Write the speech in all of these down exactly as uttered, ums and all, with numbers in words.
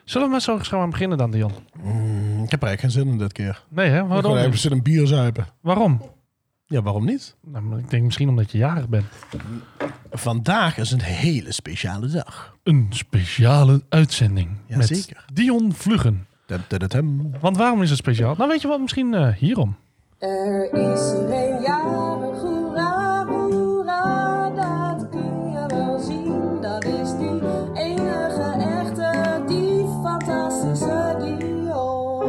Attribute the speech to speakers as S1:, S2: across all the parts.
S1: Zullen we maar zo gaan beginnen dan, Dion?
S2: Mm, ik heb er eigenlijk geen zin in dit keer.
S1: Nee, hè? Waarom?
S2: Ik heb zin in bier zuipen.
S1: Waarom?
S2: Ja, waarom niet?
S1: Nou, ik denk misschien omdat je jarig bent.
S2: Vandaag is een hele speciale dag.
S1: Een speciale uitzending.
S2: Ja,
S1: met
S2: zeker.
S1: Dion Vluggen.
S2: Dum, dum, dum.
S1: Want waarom is het speciaal? Nou, weet je wat? Misschien uh, hierom.
S3: Er is een jarig, hoera, hoera, dat kun je wel zien. Dat is die enige echte, die fantastische Dion.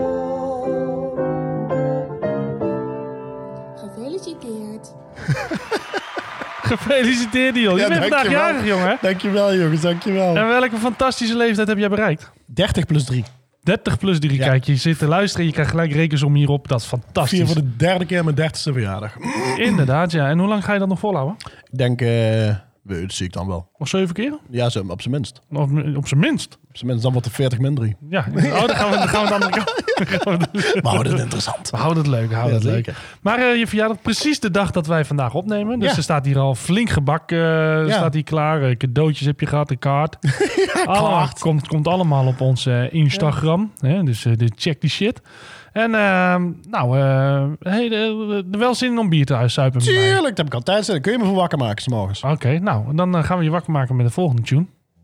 S4: Gefeliciteerd.
S1: Gefeliciteerd, Dion. Je
S2: Ja,
S1: bent vandaag
S2: dankjewel.
S1: jarig, jongen.
S2: Dankjewel, jongens. Dankjewel.
S1: En welke fantastische leeftijd heb jij bereikt?
S2: dertig plus drie.
S1: dertig plus drie.
S2: Ja.
S1: Kijk, je zit te luisteren en je krijgt gelijk rekensom hierop. Dat is fantastisch.
S2: Vier voor de derde keer mijn dertigste verjaardag.
S1: Inderdaad, ja. En hoe lang ga je dat nog volhouden?
S2: Ik denk, uh, dat zie ik dan wel.
S1: Nog zeven keer?
S2: Ja, zo, op zijn minst.
S1: Of op zijn minst.
S2: Op zijn minst dan wordt het veertig min drie.
S1: Ja. Oh, dan gaan we, dan gaan we de andere kant.
S2: We houden het interessant.
S1: We houden het leuk, we houden
S2: Ja,
S1: het leuk.
S2: zeker.
S1: Maar uh, je verjaardag precies de dag dat wij vandaag opnemen. Dus
S2: Ja.
S1: er staat hier al flink gebak uh,
S2: Ja.
S1: staat hier klaar. Uh, cadeautjes heb je gehad, een kaart. allemaal,
S2: kaart.
S1: komt, komt allemaal op ons uh, Instagram. Hè? Dus uh, de check die shit. En uh, nou, uh, hey, er wel zin in om bier te zuipen met mij.
S2: Tuurlijk, dat heb ik altijd zin. Kun je me voor wakker maken 's morgens?
S1: Oké, okay, nou, dan uh, gaan we je wakker maken met de volgende tune.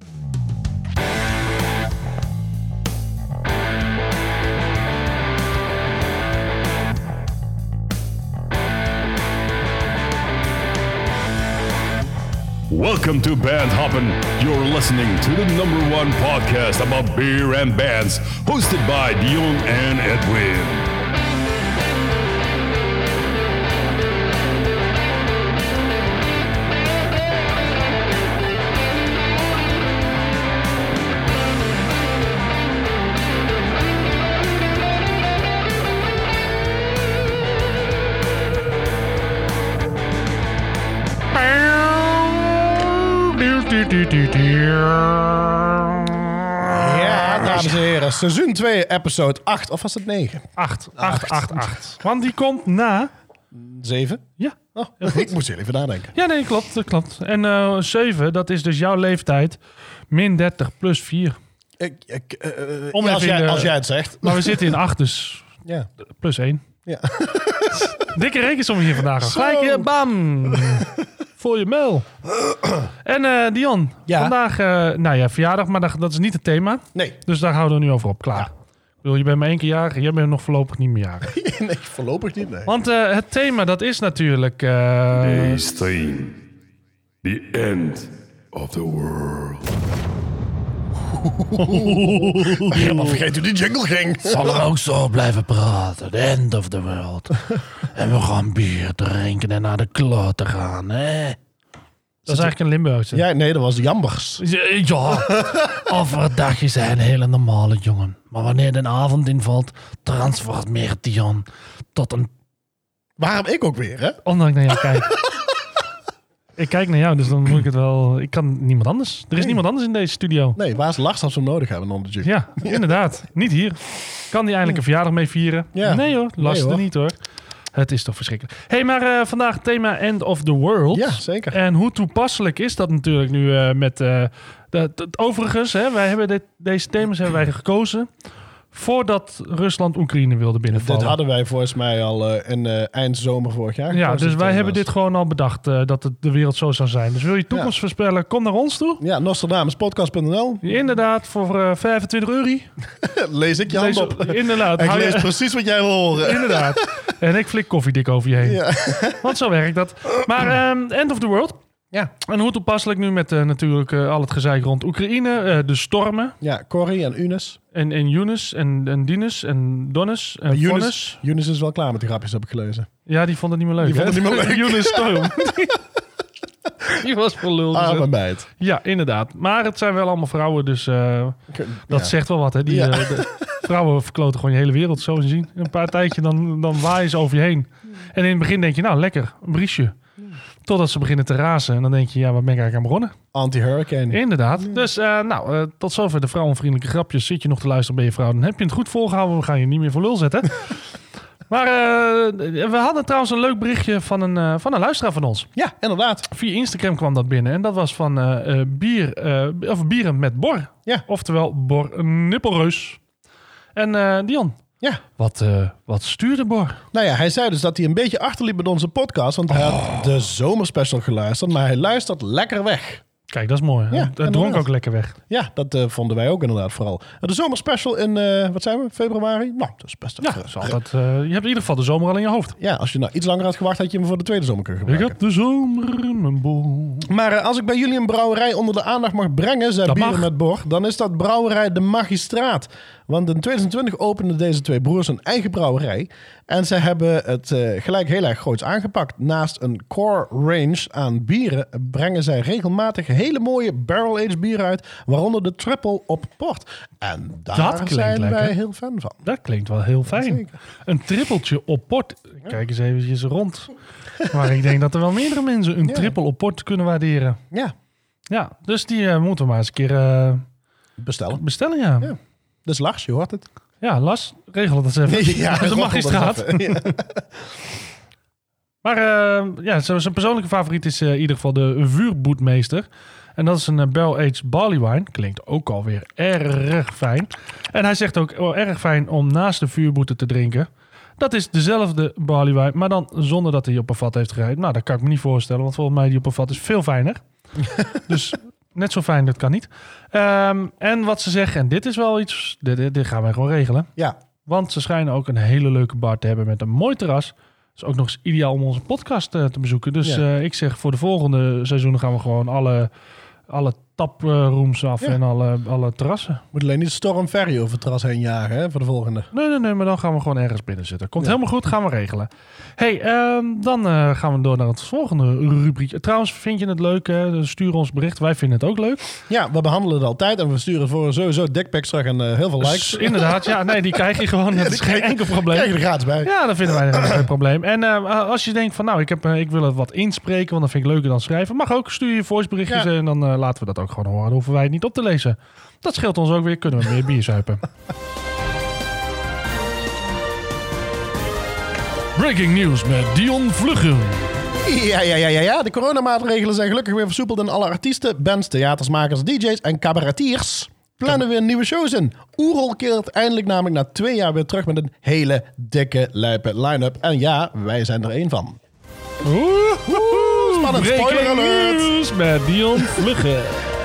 S5: Welcome to Band Hoppin'. You're listening to the number one podcast about beer and bands, hosted by Dion and Edwin.
S2: Ja, dames en heren. Seizoen twee, episode acht. Of was het negen?
S1: acht, acht, acht, acht. Want die komt na...
S2: zeven?
S1: Ja.
S2: Oh, ik moest heel even nadenken.
S1: Ja, nee, klopt, dat klopt. En uh, zeven, dat is dus jouw leeftijd. Min dertig plus vier.
S2: Ik, ik, uh,
S1: Om
S2: ja, als,
S1: even in
S2: jij,
S1: de-
S2: als jij het zegt.
S1: Maar we zitten in acht, dus
S2: Ja.
S1: plus één.
S2: Ja.
S1: Dikke rekensom hier vandaag. al.
S2: Zo.
S1: Gelijk, uh, bam! Voor je mail. En uh, Dion,
S2: Ja?
S1: vandaag, uh, nou ja, verjaardag, maar dat, dat is niet het thema.
S2: Nee.
S1: Dus daar houden we nu over op. Klaar.
S2: Ja.
S1: Ik bedoel, je bent maar één keer jarig, jij bent nog voorlopig niet meer jarig.
S2: Nee, voorlopig niet. Nee.
S1: Want uh, het thema, dat is natuurlijk... Uh,
S5: This theme, the end of the world.
S2: Helemaal vergeten hoe die jingle ging.
S1: zal er ook zo blijven praten. The end of the world. En we gaan bier drinken en naar de kloten gaan, hè? Dat is eigenlijk een Limburgse.
S2: Ja, nee, dat was Jambers.
S1: Ja, overdag is hij een hele normale jongen. Maar wanneer de avond invalt, transformeert Dion tot een...
S2: Waarom ik ook weer, hè?
S1: Omdat ik naar jou kijk. Ik kijk naar jou, dus dan moet ik het wel... Ik kan niemand anders. Er is
S2: Nee.
S1: niemand anders in deze studio.
S2: Nee, waar is Lars als we hem nodig hebben onder de jingle?
S1: Ja, inderdaad. Niet hier. Kan die eindelijk een verjaardag mee vieren?
S2: Ja.
S1: Nee hoor, last
S2: Nee,
S1: er
S2: hoor.
S1: niet hoor. Het is toch verschrikkelijk. Hé, hey, maar uh, vandaag thema End of the World.
S2: Ja, zeker.
S1: En hoe toepasselijk is dat natuurlijk nu uh, met... Uh, de, de, overigens, hè, wij hebben dit, deze thema's hebben wij gekozen... voordat Rusland Oekraïne wilde binnenvallen.
S2: Dit hadden wij volgens mij al uh, in uh, eind zomer vorig jaar.
S1: Ja,
S2: gekozen,
S1: dus wij
S2: thema's.
S1: hebben dit gewoon al bedacht... Uh, dat het de wereld zo zou zijn. Dus wil je toekomst
S2: Ja.
S1: voorspellen, kom naar ons toe.
S2: Ja, Nostradamuspodcast punt n l.
S1: Inderdaad, voor uh, vijfentwintig euro.
S2: Lees ik je hand
S1: Lees-
S2: op.
S1: Inderdaad.
S2: Ik
S1: hou je-
S2: lees precies wat jij wil horen.
S1: Inderdaad. En ik flik koffiedik over je heen.
S2: Ja.
S1: Want zo werkt dat. Maar um, End of the World.
S2: Ja.
S1: En hoe toepasselijk nu met uh, natuurlijk uh, al het gezeik rond Oekraïne. Uh, de stormen.
S2: Ja, Corrie en Unis.
S1: En, en Yunus en, en Dinus en Donnes en
S2: Yunus,
S1: Vonnes.
S2: Yunus is wel klaar met die grapjes, heb ik gelezen.
S1: Ja, die vond het niet meer leuk.
S2: Die vond het
S1: hè?
S2: niet meer leuk.
S1: Yunus Storm. die was voor lul. dus
S2: Arme
S1: het-
S2: meid.
S1: Ja, inderdaad. Maar het zijn wel allemaal vrouwen, dus uh, dat
S2: Ja.
S1: zegt wel wat. Hè? Die,
S2: Ja.
S1: uh, de vrouwen verkloten gewoon je hele wereld, zo te zien. Een paar tijdje, dan, dan waaien ze over je heen. En in het begin denk je, nou lekker, een briesje. Totdat ze beginnen te razen. En dan denk je, ja, wat ben ik eigenlijk aan begonnen?
S2: Anti-hurricane.
S1: Inderdaad. Dus uh, nou, uh, tot zover de vrouwenvriendelijke grapjes. Zit je nog te luisteren bij je vrouw, dan heb je het goed volgehouden. We gaan je niet meer voor lul zetten. Maar uh, we hadden trouwens een leuk berichtje van een, uh, van een luisteraar van ons.
S2: Ja, inderdaad.
S1: Via Instagram kwam dat binnen. En dat was van uh, uh, bier, uh, of bieren met Bor.
S2: Ja.
S1: Oftewel Bor Nippelreus. En uh, Dion,
S2: Ja.
S1: wat, uh, wat stuurde Bor?
S2: Nou ja, hij zei dus dat hij een beetje achterliep met onze podcast. Want hij had de zomerspecial geluisterd. Maar hij luistert lekker weg.
S1: Kijk, dat is mooi.
S2: Ja,
S1: Het dronk
S2: inderdaad.
S1: ook lekker weg.
S2: Ja, dat uh, vonden wij ook inderdaad vooral. De zomerspecial in, uh, wat zijn we, februari? Nou, dat is best
S1: Ja,
S2: even-
S1: dat is altijd, uh, je hebt in ieder geval de zomer al in je hoofd.
S2: Ja, als je nou iets langer had gewacht, had je hem voor de tweede zomer kunnen
S1: Ik
S2: gebruiken.
S1: heb de zomer in mijn bol.
S2: Maar uh, als ik bij jullie een brouwerij onder de aandacht mag brengen, zei
S1: Dat
S2: Bieren
S1: mag.
S2: met Bor, dan is dat brouwerij De Magistraat. Want in twintig twintig openden deze twee broers een eigen brouwerij. En ze hebben het uh, gelijk heel erg groots aangepakt. Naast een core range aan bieren brengen zij regelmatig hele mooie barrel-aged bieren uit. Waaronder de Triple op Port. En daar
S1: Dat klinkt
S2: zijn
S1: lekker.
S2: wij heel fan van.
S1: Dat klinkt wel heel fijn.
S2: Zeker.
S1: Een trippeltje op port. Kijk eens eventjes rond. Maar ik denk dat er wel meerdere mensen een
S2: Ja.
S1: trippel op port kunnen waarderen.
S2: Ja,
S1: Ja, dus die uh, moeten we maar eens een keer uh,
S2: bestellen.
S1: bestellen, ja.
S2: Ja. Dus Lars, je hoort het.
S1: Ja, Las, regel het eens even.
S2: Ja,
S1: de
S2: roffel
S1: magistraat.
S2: dat even. Ja.
S1: Maar uh, ja, zijn zijn persoonlijke favoriet is uh, in ieder geval de Vuurboetmeester. En dat is een uh, barrel-aged barley wine. Klinkt ook alweer erg fijn. En hij zegt ook oh, erg fijn om naast de vuurboeten te drinken. Dat is dezelfde barley wine, maar dan zonder dat hij op een vat heeft gereden. Nou, dat kan ik me niet voorstellen, want volgens mij die op een vat is veel fijner. Dus net zo fijn, dat kan niet. Um, en wat ze zeggen, en dit is wel iets, dit, dit, dit gaan wij gewoon regelen.
S2: Ja.
S1: Want ze schijnen ook een hele leuke bar te hebben met een mooi terras. Dat is ook nog eens ideaal om onze podcast uh, te bezoeken. Dus
S2: Ja.
S1: uh, ik zeg, voor de volgende seizoenen gaan we gewoon alle, alle taprooms af
S2: Ja.
S1: en alle, alle terrassen.
S2: Moet alleen niet Storm Ferry over het terras heen jagen, hè, voor de volgende.
S1: Nee, nee, nee, maar dan gaan we gewoon ergens binnen zitten. Komt
S2: Ja.
S1: helemaal goed, gaan we regelen. Hey, ehm, dan uh, gaan we door naar het volgende rubriek. Trouwens, vind je het leuk? Hè? Stuur ons bericht. Wij vinden het ook leuk.
S2: Ja, we behandelen het altijd en we sturen voor sowieso dickpics terug en uh, heel veel likes.
S1: Dus, inderdaad, ja, nee, die krijg je gewoon. Dat
S2: die
S1: is geen
S2: krijg je-
S1: enkel probleem.
S2: Krijg je er gratis bij.
S1: Ja, dat vinden wij geen probleem. En uh, als je denkt van, nou, ik, heb, uh, ik wil het wat inspreken, want dat vind ik leuker dan schrijven. Mag ook, stuur je voiceberichtjes
S2: Ja.
S1: en dan uh, laten we dat ook gewoon horen. Dan hoeven wij het niet op te lezen. Dat scheelt ons ook weer. Kunnen we meer bier zuipen. Breaking news met Dion Vluggen.
S2: Ja, ja, ja, ja, ja. De coronamaatregelen zijn gelukkig weer versoepeld en alle artiesten, bands, theaters, makers, D J's en cabaretiers plannen weer nieuwe shows in. Oerol keert eindelijk namelijk na twee jaar weer terug met een hele dikke, lijpe line-up. En ja, wij zijn er één van. Spannend, spoiler
S1: Breaking
S2: alert.
S1: news met Dion Vluggen.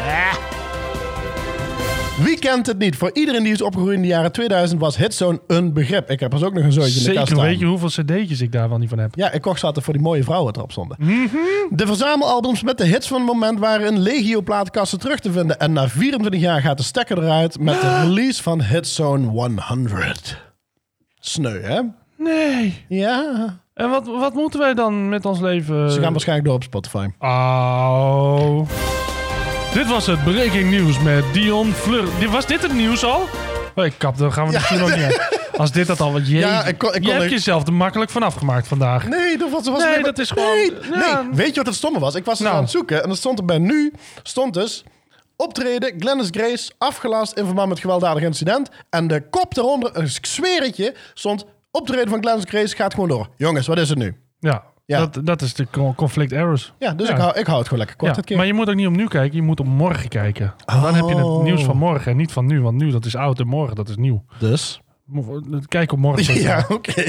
S2: Wie kent het niet? Voor iedereen die is opgegroeid in de jaren tweeduizend was Hitzone een begrip. Ik heb er ook nog een zootje in de kast
S1: Zeker,
S2: staan.
S1: weet je hoeveel cd'tjes ik daar wel niet van heb.
S2: Ja, ik kocht ze altijd voor die mooie vrouwen wat erop stonden.
S1: Mhm.
S2: De verzamelalbums met de hits van het moment waren in legio platenkasten terug te vinden. En na vierentwintig jaar gaat de stekker eruit met de release van Hitzone honderd. Sneu, hè?
S1: Nee.
S2: Ja.
S1: En wat, wat moeten wij dan met ons leven?
S2: Ze gaan waarschijnlijk door op Spotify.
S1: Oh. Dit was het Breaking News met Dion Fleur. Dit- Was dit het nieuws al? Oh, ik kap, daar gaan we misschien ook niet uit. Als dit dat al... Wat, je
S2: Ja, ik kon- ik
S1: je
S2: kon
S1: hebt
S2: er-
S1: jezelf er makkelijk van afgemaakt vandaag.
S2: Nee, dat was, was
S1: Nee,
S2: alleen maar-
S1: dat is gewoon-
S2: Nee,
S1: ja.
S2: nee. Weet je wat het stomme was? Ik was het
S1: Nou.
S2: aan het zoeken en er stond er bij nu... stond dus... Optreden, Glennis Grace, afgelast in verband met gewelddadig incident. En de kop eronder, ik zweer het je, stond... Optreden van Glennis Grace gaat gewoon door. Jongens, wat is het nu?
S1: Ja,
S2: Ja.
S1: Dat, dat is de con- conflict errors.
S2: Ja, dus
S1: Ja.
S2: Ik, hou, ik hou het gewoon lekker kort
S1: Ja,
S2: dit keer.
S1: maar je moet ook niet op nu kijken, je moet op morgen kijken. Want Dan heb je het
S2: Oh.
S1: nieuws van morgen en niet van nu. Want nu, dat is oud en morgen, dat is nieuw.
S2: Dus?
S1: Kijk op morgen.
S2: Ja, oké.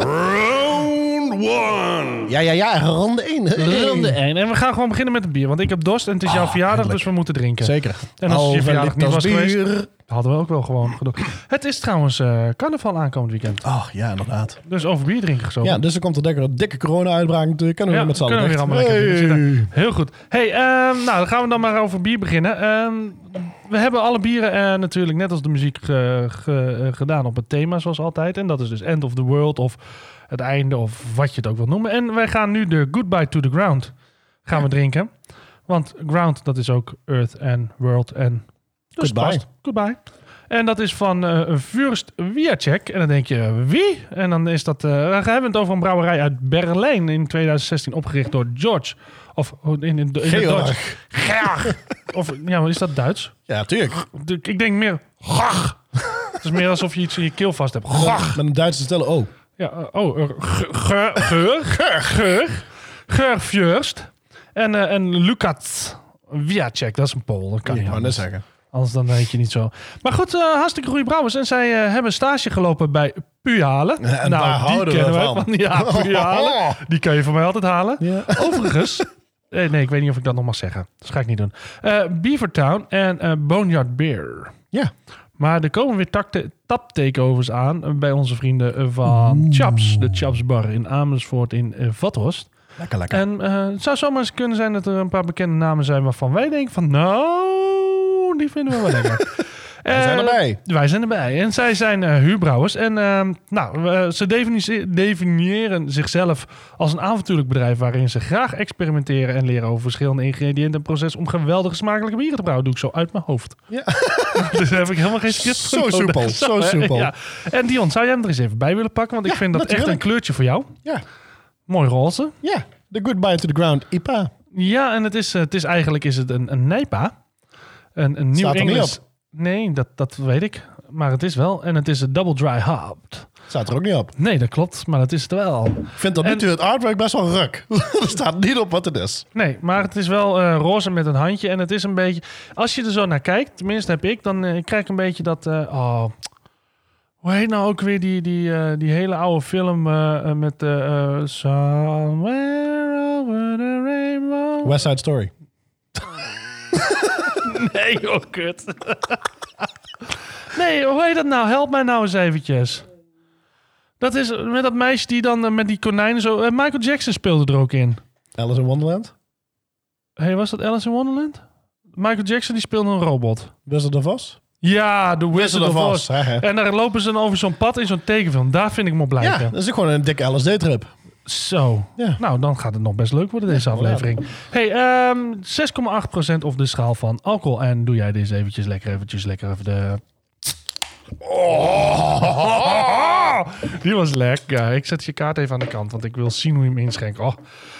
S5: Round one.
S2: Ja, ja, ja, ronde één.
S1: Ronde één. En we gaan gewoon beginnen met een bier. Want ik heb dorst en het is jouw
S2: Ah,
S1: verjaardag,
S2: eindelijk.
S1: dus we moeten drinken.
S2: Zeker.
S1: En als het je
S2: Halve
S1: verjaardag niet was
S2: liters
S1: geweest,
S2: bier.
S1: hadden we ook wel gewoon gedaan. Het is trouwens uh, carnaval aankomend weekend.
S2: Oh, ja, inderdaad.
S1: Dus over bier drinken gesproken.
S2: Ja, dus er komt een dikke, dikke corona-uitbraak natuurlijk. Kunnen we
S1: Ja,
S2: weer met z'n allen
S1: kunnen we weer
S2: dicht.
S1: allemaal lekker binnen
S2: Hey.
S1: zitten. Heel goed. Hey, ehm, nou, dan gaan we dan maar over bier beginnen. Ehm, we hebben alle bieren uh, natuurlijk, net als de muziek, ge- ge- uh, gedaan op het thema, zoals altijd. En dat is dus End of the World of het einde of wat je het ook wilt noemen. En wij gaan nu de Goodbye to the Ground gaan
S2: Ja.
S1: we drinken. Want Ground, dat is ook Earth en World en... Dus
S2: Goodbye.
S1: past. Goodbye. En dat is van uh, Fürst Wiacek. En dan denk je, wie? En dan is dat... Uh, we hebben het over een brouwerij uit Berlijn in twintig zestien opgericht door George. Of in, in, in, in het
S2: Georg.
S1: Duits. Georg. Of, ja, maar is dat Duits?
S2: Ja, tuurlijk.
S1: De- Ik denk meer... Gach. Het is meer alsof je iets in je keel vast hebt. Gach.
S2: Met een Duitse stille O.
S1: Ja, uh, oh, uh, geur, geur, geur, geur, geurfjurst. En, uh, en Lukac Wiacek, dat is een Pool. Dat kan
S2: Ja,
S1: niet
S2: ik wou net
S1: anders.
S2: zeggen.
S1: Anders dan weet je niet zo. Maar goed, uh, hartstikke goede brouwers. En zij uh, hebben stage gelopen bij Puyalen.
S2: En
S1: nou,
S2: daar
S1: die
S2: houden we
S1: kennen wij
S2: van.
S1: Ja, Puyalen. Die kan je van mij altijd halen.
S2: Ja.
S1: Overigens... eh, nee, ik weet niet of ik dat nog mag zeggen. Dat ga ik niet doen. Uh, Beavertown en uh, Boneyard Beer.
S2: Ja.
S1: Maar er komen weer takte- tap-takeovers aan bij onze vrienden van Chaps. De Chaps Bar in Amersfoort in uh, Vathorst.
S2: Lekker, lekker.
S1: En uh, het zou zomaar eens kunnen zijn dat er een paar bekende namen zijn waarvan wij denken van nou, die vinden we wel lekker.
S2: Wij zijn
S1: Uh,
S2: erbij.
S1: Wij zijn erbij. En zij zijn uh, huurbrouwers. En uh, nou, uh, ze defini- definiëren zichzelf als een avontuurlijk bedrijf waarin ze graag experimenteren en leren over verschillende ingrediënten en proces om geweldige smakelijke bieren te brouwen. Doe ik zo uit mijn hoofd.
S2: Ja.
S1: Dus daar heb ik helemaal geen script voor
S2: Zo
S1: nodig.
S2: soepel, zo soepel.
S1: Ja. En Dion, zou jij hem er eens even bij willen pakken? Want ik
S2: Ja,
S1: vind dat echt
S2: natuurlijk.
S1: een kleurtje voor jou.
S2: Ja.
S1: Mooi roze.
S2: Ja. The Goodbye to the Ground I P A.
S1: Ja, en het is, het is eigenlijk is het een, een N E P A. Een, een nieuw
S2: Staat er niet
S1: Engels. Nee, dat, dat weet ik. Maar het is wel. En het is een double dry hopped.
S2: Staat er ook niet op.
S1: Nee, dat klopt. Maar dat is het wel.
S2: Ik vind tot nu
S1: En-
S2: toe het artwork best wel ruk. Er staat niet op wat het is.
S1: Nee, maar het is wel uh, roze met een handje. En het is een beetje... Als je er zo naar kijkt, tenminste heb ik, dan uh, krijg ik een beetje dat... Uh, oh, hoe heet nou ook weer die, die, uh, die hele oude film uh, uh, met... Uh, uh, Somewhere over the rainbow.
S2: West Side Story.
S1: Nee, oh kut. Nee, hoe heet dat nou? Help mij nou eens eventjes. Dat is met dat meisje die dan uh, met die konijnen zo... Uh, Michael Jackson speelde er ook in.
S2: Alice in Wonderland.
S1: Hé, hey, was dat Alice in Wonderland? Michael Jackson die speelde een robot.
S2: Wizard of Oz.
S1: Ja, The Wizard of Oz.
S2: hè, hè.
S1: En daar lopen ze dan over zo'n pad in zo'n tekenfilm. Daar vind ik me op
S2: Ja,
S1: blijven.
S2: dat is ook gewoon een dikke L S D-trip.
S1: Zo.
S2: Ja.
S1: Nou, dan gaat het nog best leuk worden, deze
S2: Ja,
S1: aflevering. Hey, um, zes komma acht procent op de schaal van alcohol. En doe jij deze eventjes lekker, eventjes lekker even de... Oh, die was lekker. Ik zet je kaart even aan de kant, want ik wil zien hoe je hem inschenkt. Oh.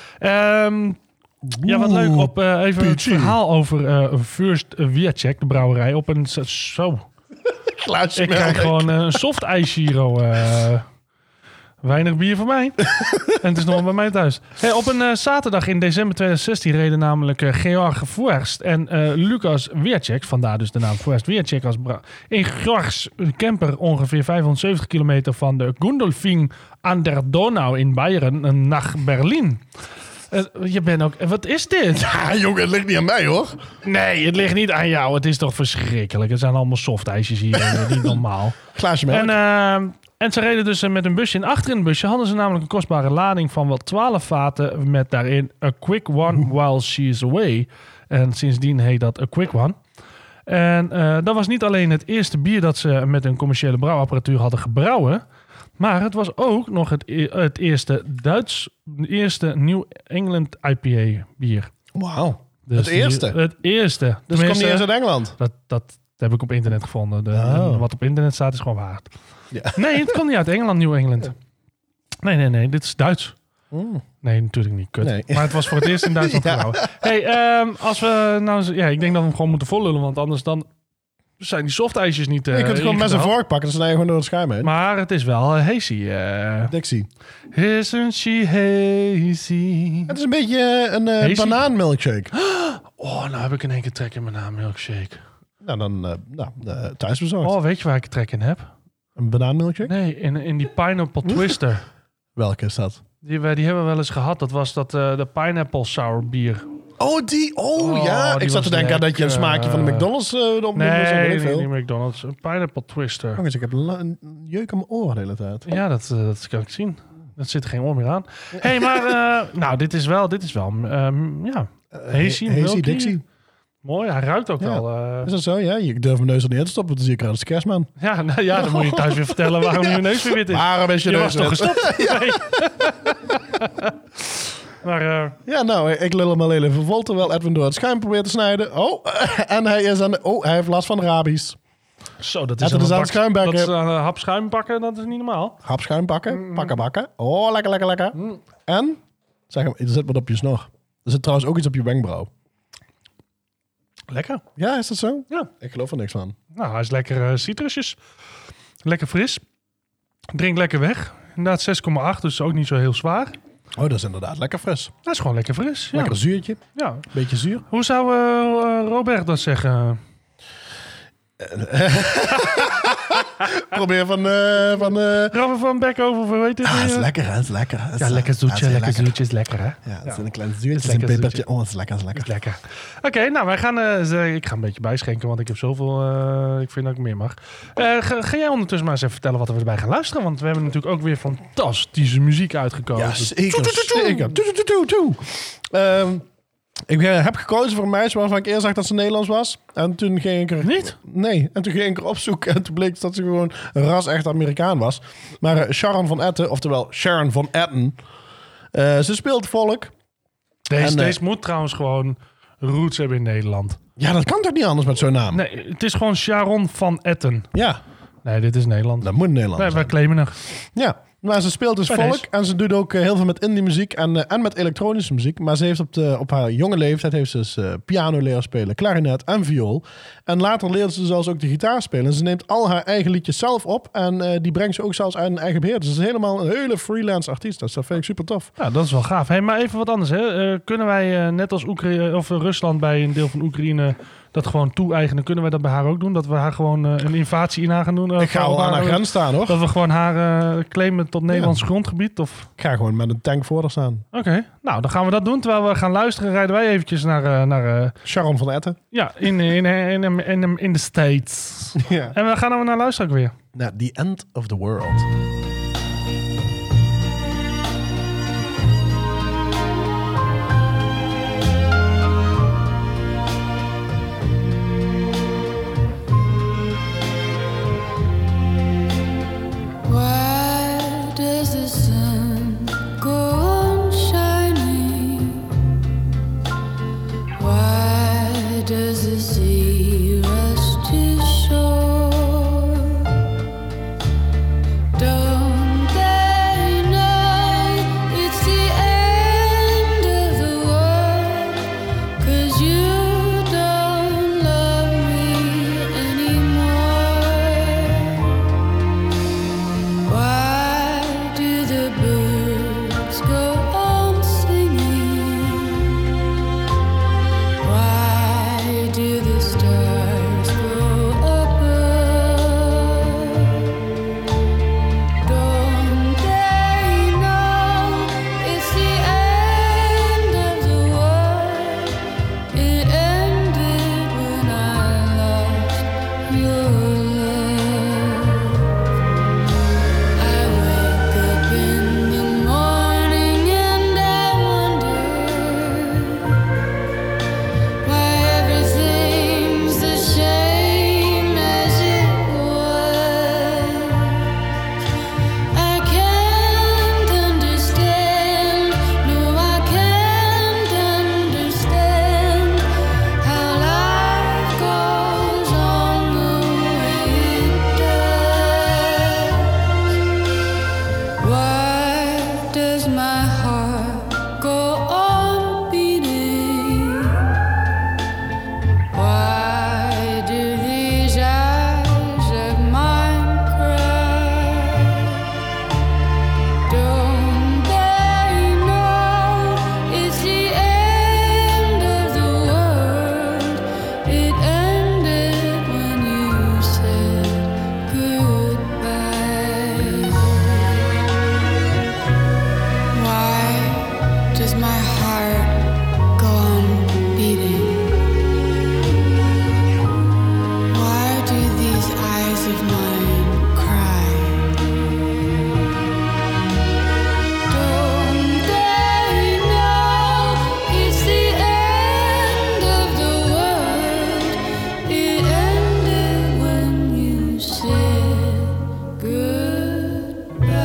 S1: Um, ja, wat leuk. Op uh, even het
S2: Peachy.
S1: verhaal over uh, First Wiacek, de brouwerij. Op een... Zo.
S2: Glaasje
S1: Ik krijg gewoon uh, een soft ijs hier. Uh, weinig bier voor mij. En het is nog bij mij thuis. Hey, op een uh, zaterdag in december tweeduizend zestien reden namelijk uh, Georg Forst en uh, Lucas Wiacek, vandaar dus de naam Forst Wiacek, als bra- in Georgs camper ongeveer vijfhonderdzeventig kilometer van de Gundolfing aan der Donau in Beieren uh, naar Berlijn. Uh, je bent ook... Wat is dit?
S2: Ja, jongen, het ligt niet aan mij, hoor.
S1: Nee, het ligt niet aan jou. Het is toch verschrikkelijk. Het zijn allemaal softijsjes hier. uh, niet normaal.
S2: Glaasje melk.
S1: En, uh, en ze reden dus uh, met een busje. En achter in het busje hadden ze namelijk een kostbare lading van wel twaalf vaten. Met daarin a quick one while she is away. En sindsdien heet dat a quick one. En uh, dat was niet alleen het eerste bier dat ze met een commerciële brouwapparatuur hadden gebrouwen. Maar het was ook nog het, e- het eerste Duits, eerste New England I P A bier.
S2: Wauw.
S1: Dus
S2: Het eerste?
S1: Die, het eerste.
S2: Dus het komt
S1: Tenminste,
S2: niet eens uit Engeland.
S1: dat, dat heb ik op internet gevonden. De,
S2: Oh.
S1: Wat op internet staat is gewoon waar.
S2: Ja.
S1: Nee, het komt niet uit Engeland, New England. Nee, nee, nee. Dit is Duits.
S2: Mm.
S1: Nee, natuurlijk niet. Kut.
S2: Nee.
S1: Maar het was voor het eerst in Duitsland
S2: Ja.
S1: gebrouwen. Hey, ehm, als we nou... eens- Ja, ik denk dat we hem gewoon moeten vollullen. Want anders dan zijn die softijsjes niet uh,
S2: je kunt het gewoon met zijn
S1: ingedaald.
S2: vork pakken. Dan snij je gewoon door het schuim heen.
S1: Maar het is wel uh, hazy. Uh,
S2: Dixie.
S1: isn't she hazy?
S2: Het is een beetje een uh,
S1: Hazy?
S2: banaanmilkshake.
S1: Oh, nou heb ik in één keer trek in mijn naam milkshake.
S2: Nou, dan uh, nou, uh, thuisbezorgd.
S1: Oh, weet je waar ik trek in heb?
S2: Een banaanmilkshake?
S1: Nee, in, in die pineapple twister.
S2: Welke is dat?
S1: Die, we- die hebben we wel eens gehad. Dat was dat uh, de pineapple sour bier.
S2: Oh, die. Oh,
S1: Oh,
S2: ja.
S1: die
S2: Ik zat
S1: was
S2: te denken aan dat je een
S1: lekker.
S2: smaakje van de McDonald's uh, op
S1: Nee,
S2: zo weet ik
S1: nee,
S2: veel.
S1: niet McDonald's. Een pineapple twister.
S2: Jongens, ik heb la- een jeuk aan mijn oren de hele tijd.
S1: Ja, dat, uh, dat kan ik zien. Dat zit er geen oor meer aan. Hé, hey, maar uh, nou, dit is wel, dit is wel, um, ja, hazy,
S2: Hazy
S1: milky.
S2: Dixie.
S1: Mooi. Hij ruikt ook
S2: Ja.
S1: al. Uh,
S2: Is dat zo? Ja, ik durf mijn neus er niet in te stoppen. Dan zie ik eruit als de kerstman.
S1: ja, nou, ja, dan moet je thuis weer vertellen waarom je neus weer wit is.
S2: Waarom is je,
S1: Je
S2: neus
S1: was toch
S2: wit?
S1: gestopt? Nee. Maar uh,
S2: Ja, nou, ik lul hem al heel even vol terwijl Edwin door het schuim probeert te snijden. Oh, en hij is aan de... Oh, hij heeft last van rabies.
S1: zo, dat
S2: Laten
S1: is
S2: we
S1: een
S2: eens aan
S1: bak-
S2: het schuim bakken.
S1: Dat is een uh, hap schuim pakken, dat is niet normaal.
S2: Hap schuim pakken, pakken bakken. Oh, lekker, lekker, lekker. En? Zeg hem, er zit wat op je snor. Er zit trouwens ook iets op je wenkbrauw.
S1: Lekker.
S2: Ja, is dat zo?
S1: Ja.
S2: Ik geloof er niks van.
S1: Nou, hij is lekker uh, citrusjes. Lekker fris. Drink lekker weg. Inderdaad zes komma acht, dus ook niet zo heel zwaar.
S2: Oh, dat is inderdaad lekker fris.
S1: Dat is gewoon lekker fris. Ja.
S2: Lekker zuurtje.
S1: Ja.
S2: Beetje zuur.
S1: Hoe zou uh, Robert dat zeggen?
S2: Probeer van... Uh, van uh...
S1: Robert van Beckhoven, hoe heet het?
S2: Ah,
S1: hier?
S2: is lekker, hè? Is lekker. Is
S1: Ja, lekker zoetje,
S2: ja,
S1: lekker
S2: lekker.
S1: zoetje is lekker, hè?
S2: Ja, het is
S1: Ja.
S2: een klein zuurtje. Het is
S1: lekker
S2: een pepertje.
S1: zoetje.
S2: Oh, het is lekker, het is lekker.
S1: Is lekker. Oké, okay, nou, wij gaan... Uh, z- ik ga een beetje bijschenken, want ik heb zoveel... Uh, ik vind dat ik meer mag. Uh, ga, ga jij ondertussen maar eens even vertellen wat we erbij gaan luisteren? Want we hebben natuurlijk ook weer fantastische muziek uitgekozen.
S2: Ja, zeker. Zeker. Toe, toe, toe, toe. Um, Ik uh, heb gekozen voor een meisje waarvan ik eerst dacht dat ze Nederlands was. En toen ging ik er...
S1: Niet?
S2: Nee. En toen ging ik er opzoeken. En toen bleek dat ze gewoon een ras echt Amerikaan was. Maar uh, Sharon van Etten, oftewel Sharon van Etten. Uh, ze speelt volk.
S1: Deze,
S2: En, uh,
S1: deze moet trouwens gewoon roots hebben in Nederland.
S2: Ja, dat kan toch niet anders met zo'n naam?
S1: Nee, het is gewoon Sharon van Etten.
S2: Ja,
S1: Nee, dit is Nederland.
S2: dat moet Nederland
S1: Nee, wij
S2: zijn.
S1: claimen er.
S2: Ja, maar ze speelt dus
S1: Bij
S2: volk
S1: deze.
S2: en ze doet ook uh, heel veel met indie muziek en, uh, en met elektronische muziek. Maar ze heeft op, de, op haar jonge leeftijd heeft ze dus uh, piano leren spelen, klarinet en viool. En later leert ze zelfs ook de gitaar spelen. En ze neemt al haar eigen liedjes zelf op en uh, die brengt ze ook zelfs uit een eigen beheer. Dus ze is helemaal een hele freelance artiest. Dus dat vind ik super tof.
S1: Ja, dat is wel gaaf. Hey, maar even wat anders. Hè. Uh, kunnen wij, uh, net als Oekraïne, of uh, Rusland bij een deel van Oekraïne, dat gewoon toe-eigenen? Kunnen wij dat bij haar ook doen? Dat we haar gewoon uh, een invasie in haar gaan doen? Uh,
S2: Ik ga wel aan haar grens staan, hoor.
S1: Dat we gewoon haar uh, claimen tot Nederlands grondgebied? Of...
S2: Ik ga gewoon met een tank voor haar staan.
S1: Oké, okay. Nou, dan gaan we dat doen. Terwijl we gaan luisteren, rijden wij eventjes naar... Uh, naar uh,
S2: Sharon van Etten.
S1: ja, in, in, in, in, in, in de States.
S2: Ja.
S1: En we gaan dan naar luisteren ook weer.
S2: Nou, The End of the World.
S4: Why does the sun go on shining? Why does the sea rush to shore? Don't they know it's the end of the world? 'Cause you don't love me anymore. Why do the birds go on singing? Why do the stars go above? Don't they know it's the end of the world? It ended when I lost your love. I wake up in the morning and I wonder why everything's the same as it was. I can't understand, no, I can't understand how life goes on the way it does. Why does my heart go on beating? Why do these eyes of mine cry? Don't they know it's the end of the world? It ended when you said goodbye. Why does my heart go on beating? Why do these eyes of mine cry? Don't they know it's the end of the world? It ended when you said goodbye.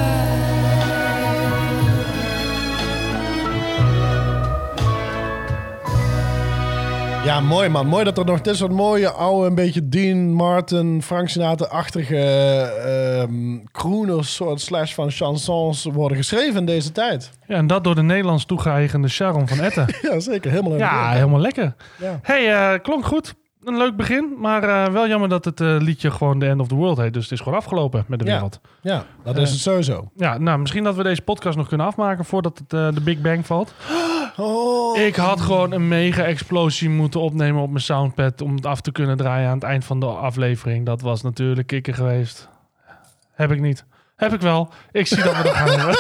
S2: Ja, mooi man. Mooi dat er nog dit soort mooie oude, een beetje Dean Martin, Frank Sinatra-achtige ehm crooners soort slash van chansons worden geschreven in deze tijd.
S1: Ja, en dat door de Nederlands toegeëigende Sharon van Etten.
S2: Ja, zeker. Helemaal in
S1: Ja,
S2: de
S1: helemaal lekker.
S2: Ja.
S1: Hey, eh, klonk goed. een leuk begin. Maar uh, wel jammer dat het uh, liedje gewoon The End of the World heet. Dus het is gewoon afgelopen met de
S2: Ja.
S1: wereld.
S2: Ja, dat
S1: Uh,
S2: is het sowieso.
S1: Ja, nou, misschien dat we deze podcast nog kunnen afmaken voordat het uh, de Big Bang valt.
S2: Oh.
S1: Ik had gewoon een mega-explosie moeten opnemen op mijn soundpad om het af te kunnen draaien aan het eind van de aflevering. Dat was natuurlijk kikker geweest. Heb ik niet. Heb ik wel. Ik zie dat we dat gaan hebben.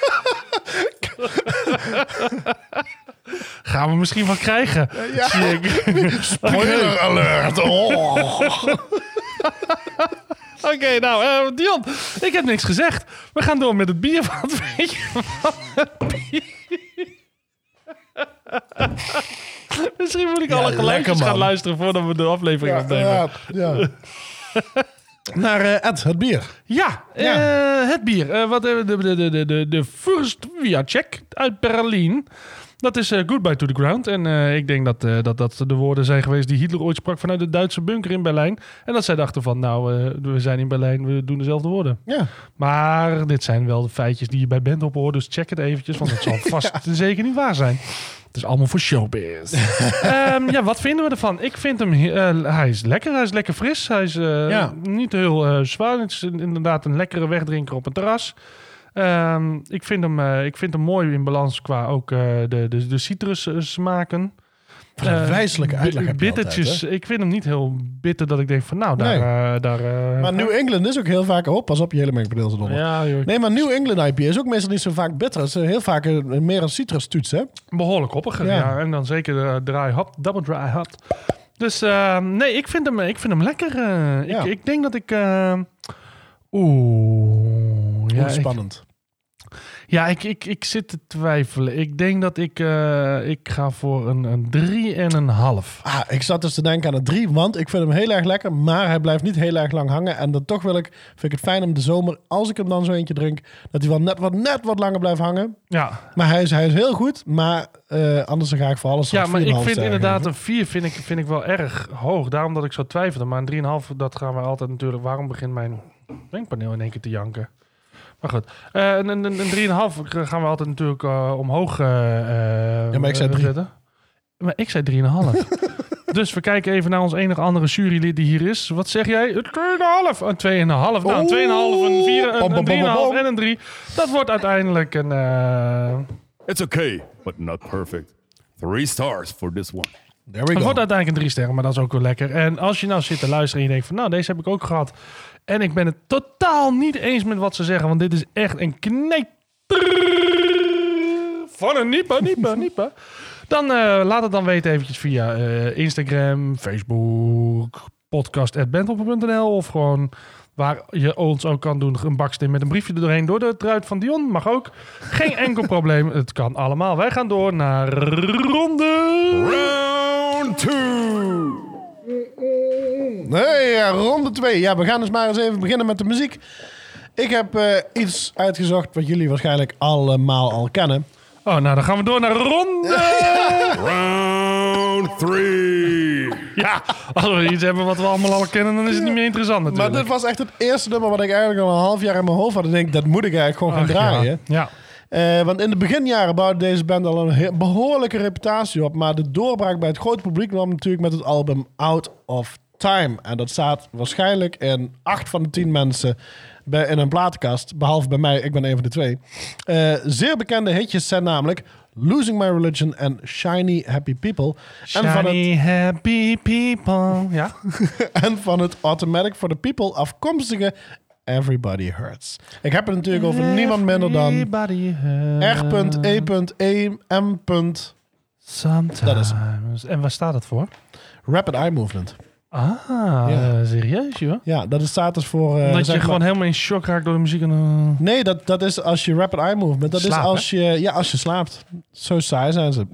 S1: Gaan we misschien wel krijgen.
S2: Ja.
S1: Zie ik.
S2: Spoiler alert. Oh.
S1: Oké, okay, nou, uh, Dion, ik heb niks gezegd. We gaan door met het bier. Wat weet je van het bier? Misschien moet ik
S2: Ja,
S1: alle geluidjes
S2: lekker, man.
S1: gaan luisteren voordat we de aflevering
S2: Ja,
S1: opnemen.
S2: ja, ja. Naar uh, Ed, het bier.
S1: Ja,
S2: Ja.
S1: eh, het bier. Eh, wat hebben we? De, de, de, de, de First Via Check uit Berlijn. Dat is uh, Goodbye to the Ground. En uh, ik denk dat, uh, dat dat de woorden zijn geweest die Hitler ooit sprak vanuit de Duitse bunker in Berlijn. En dat zij dachten van, nou, uh, we zijn in Berlijn, we doen dezelfde woorden.
S2: Ja.
S1: Maar dit zijn wel de feitjes die je bij Bandhop hoort, dus check het eventjes, want het zal vast zeker niet waar zijn. Het is allemaal voor showbiz. um, ja, wat vinden we ervan? Ik vind hem, uh, hij is lekker, hij is lekker fris. Hij is uh,
S2: Ja.
S1: niet heel uh, zwaar. Het is inderdaad een lekkere wegdrinker op een terras. Um, ik, vind hem, uh, ik vind hem mooi in balans qua ook uh, de, de, de citrus uh, smaken.
S2: Wat een wijselijke uitleg
S1: b-
S2: heb je
S1: bittertjes.
S2: altijd,
S1: ik vind hem niet heel bitter dat ik denk van nou, daar...
S2: Nee.
S1: Uh, daar uh,
S2: Maar New England is ook heel vaak... Oh, pas op, je hele mengpaneel zit onder.
S1: ja, joh,
S2: Nee, maar New England I P A is ook meestal niet zo vaak bitter. Het is heel vaak een, meer een citrustoets, hè?
S1: behoorlijk hoppiger.
S2: Ja.
S1: Ja. En dan zeker de dry hop, double dry hop. Dus uh, nee, ik vind hem, ik vind hem lekker. Uh,
S2: Ja.
S1: ik, ik denk dat ik... Uh, Oeh...
S2: Ja,
S1: Ja, ik,
S2: spannend.
S1: ja ik, ik, ik zit te twijfelen. Ik denk dat ik... Uh, ik ga voor een, een drie en een half.
S2: Ah, ik zat dus te denken aan een drie, want ik vind hem heel erg lekker, maar hij blijft niet heel erg lang hangen. En dan toch wil ik, vind ik het fijn om de zomer, als ik hem dan zo eentje drink, dat hij wel net wat, net wat langer blijft hangen.
S1: Ja,
S2: Maar hij is, hij is heel goed, maar uh, anders dan ga ik voor alles
S1: ja
S2: op
S1: maar
S2: vier komma
S1: ik
S2: vijf
S1: vind
S2: sterren
S1: inderdaad
S2: geven.
S1: een vier vind ik, vind ik wel erg hoog. Daarom dat ik zo twijfelde. Maar een drie komma vijf, dat gaan we altijd natuurlijk... Waarom begint mijn denkpaneel in één keer te janken? Maar goed, uh, een, een, een drie komma vijf gaan we altijd natuurlijk uh, omhoog uh,
S2: Ja, maar ik zei
S1: uh,
S2: drie.
S1: zetten. Maar ik zei drie komma vijf. Dus we kijken even naar ons enige andere jurylid die hier is. Wat zeg jij? twee komma vijf. Een twee komma vijf. Nou, een twee komma vijf, een vier,
S2: Bom,
S1: een,
S2: bom,
S1: een
S2: bom, bom,
S1: drie komma vijf
S2: bom.
S1: en een drie. Dat wordt uiteindelijk een... Uh,
S5: It's okay, but not perfect. Three stars for this one.
S2: There we
S1: het
S2: go.
S1: wordt uiteindelijk een drie sterren, maar dat is ook wel lekker. En als je nou zit te luisteren en je denkt van... Nou, deze heb ik ook gehad. En ik ben het totaal niet eens met wat ze zeggen. Want dit is echt een knetter van een niepa, niepa, niepa. Dan uh, laat het dan weten eventjes via uh, Instagram, Facebook, podcast at bandhopper punt n l of gewoon waar je ons ook kan doen, een baksteen met een briefje er doorheen door de truit van Dion. Mag ook. Geen enkel probleem. Het kan allemaal. Wij gaan door naar ronde...
S5: Round two.
S2: Nee, ja, ronde twee. Ja, we gaan dus maar eens even beginnen met de muziek. Ik heb uh, iets uitgezocht wat jullie waarschijnlijk allemaal al kennen.
S1: Oh, nou dan gaan we door naar ronde...
S5: Round three.
S1: Ja, als we iets hebben wat we allemaal al kennen, dan is het niet meer interessant
S2: Maar
S1: natuurlijk.
S2: dit was echt het eerste nummer wat ik eigenlijk al een half jaar in mijn hoofd had. En ik denk, dat moet ik eigenlijk gewoon gaan
S1: Ach,
S2: draaien.
S1: Ja.
S2: Uh, want in de beginjaren bouwde deze band al een he- behoorlijke reputatie op. Maar de doorbraak bij het grote publiek kwam natuurlijk met het album Out of Time. En dat staat waarschijnlijk in acht van de tien mensen bij, in een platenkast. Behalve bij mij, ik ben een van de twee. Uh, zeer bekende hitjes zijn namelijk Losing My Religion en Shiny Happy People. En van,
S1: Shiny
S2: het,
S1: happy people. Ja.
S2: en van het Automatic for the People afkomstige Everybody Hurts. Ik heb het natuurlijk over niemand minder dan
S1: Everybody hurts
S2: R E M.
S1: Sometimes.
S2: Dat is
S1: En waar staat het voor?
S2: Rapid Eye Movement.
S1: Ah,
S2: Ja.
S1: uh, serieus joh?
S2: Ja, dat is staat dus voor... Uh,
S1: dat je
S2: zeg maar-
S1: gewoon helemaal in shock raakt door de muziek. En, uh...
S2: Nee, dat, dat is als je Rapid Eye Movement. Dat
S1: Slaap,
S2: is als je, ja, als je slaapt. Zo saai zijn ze.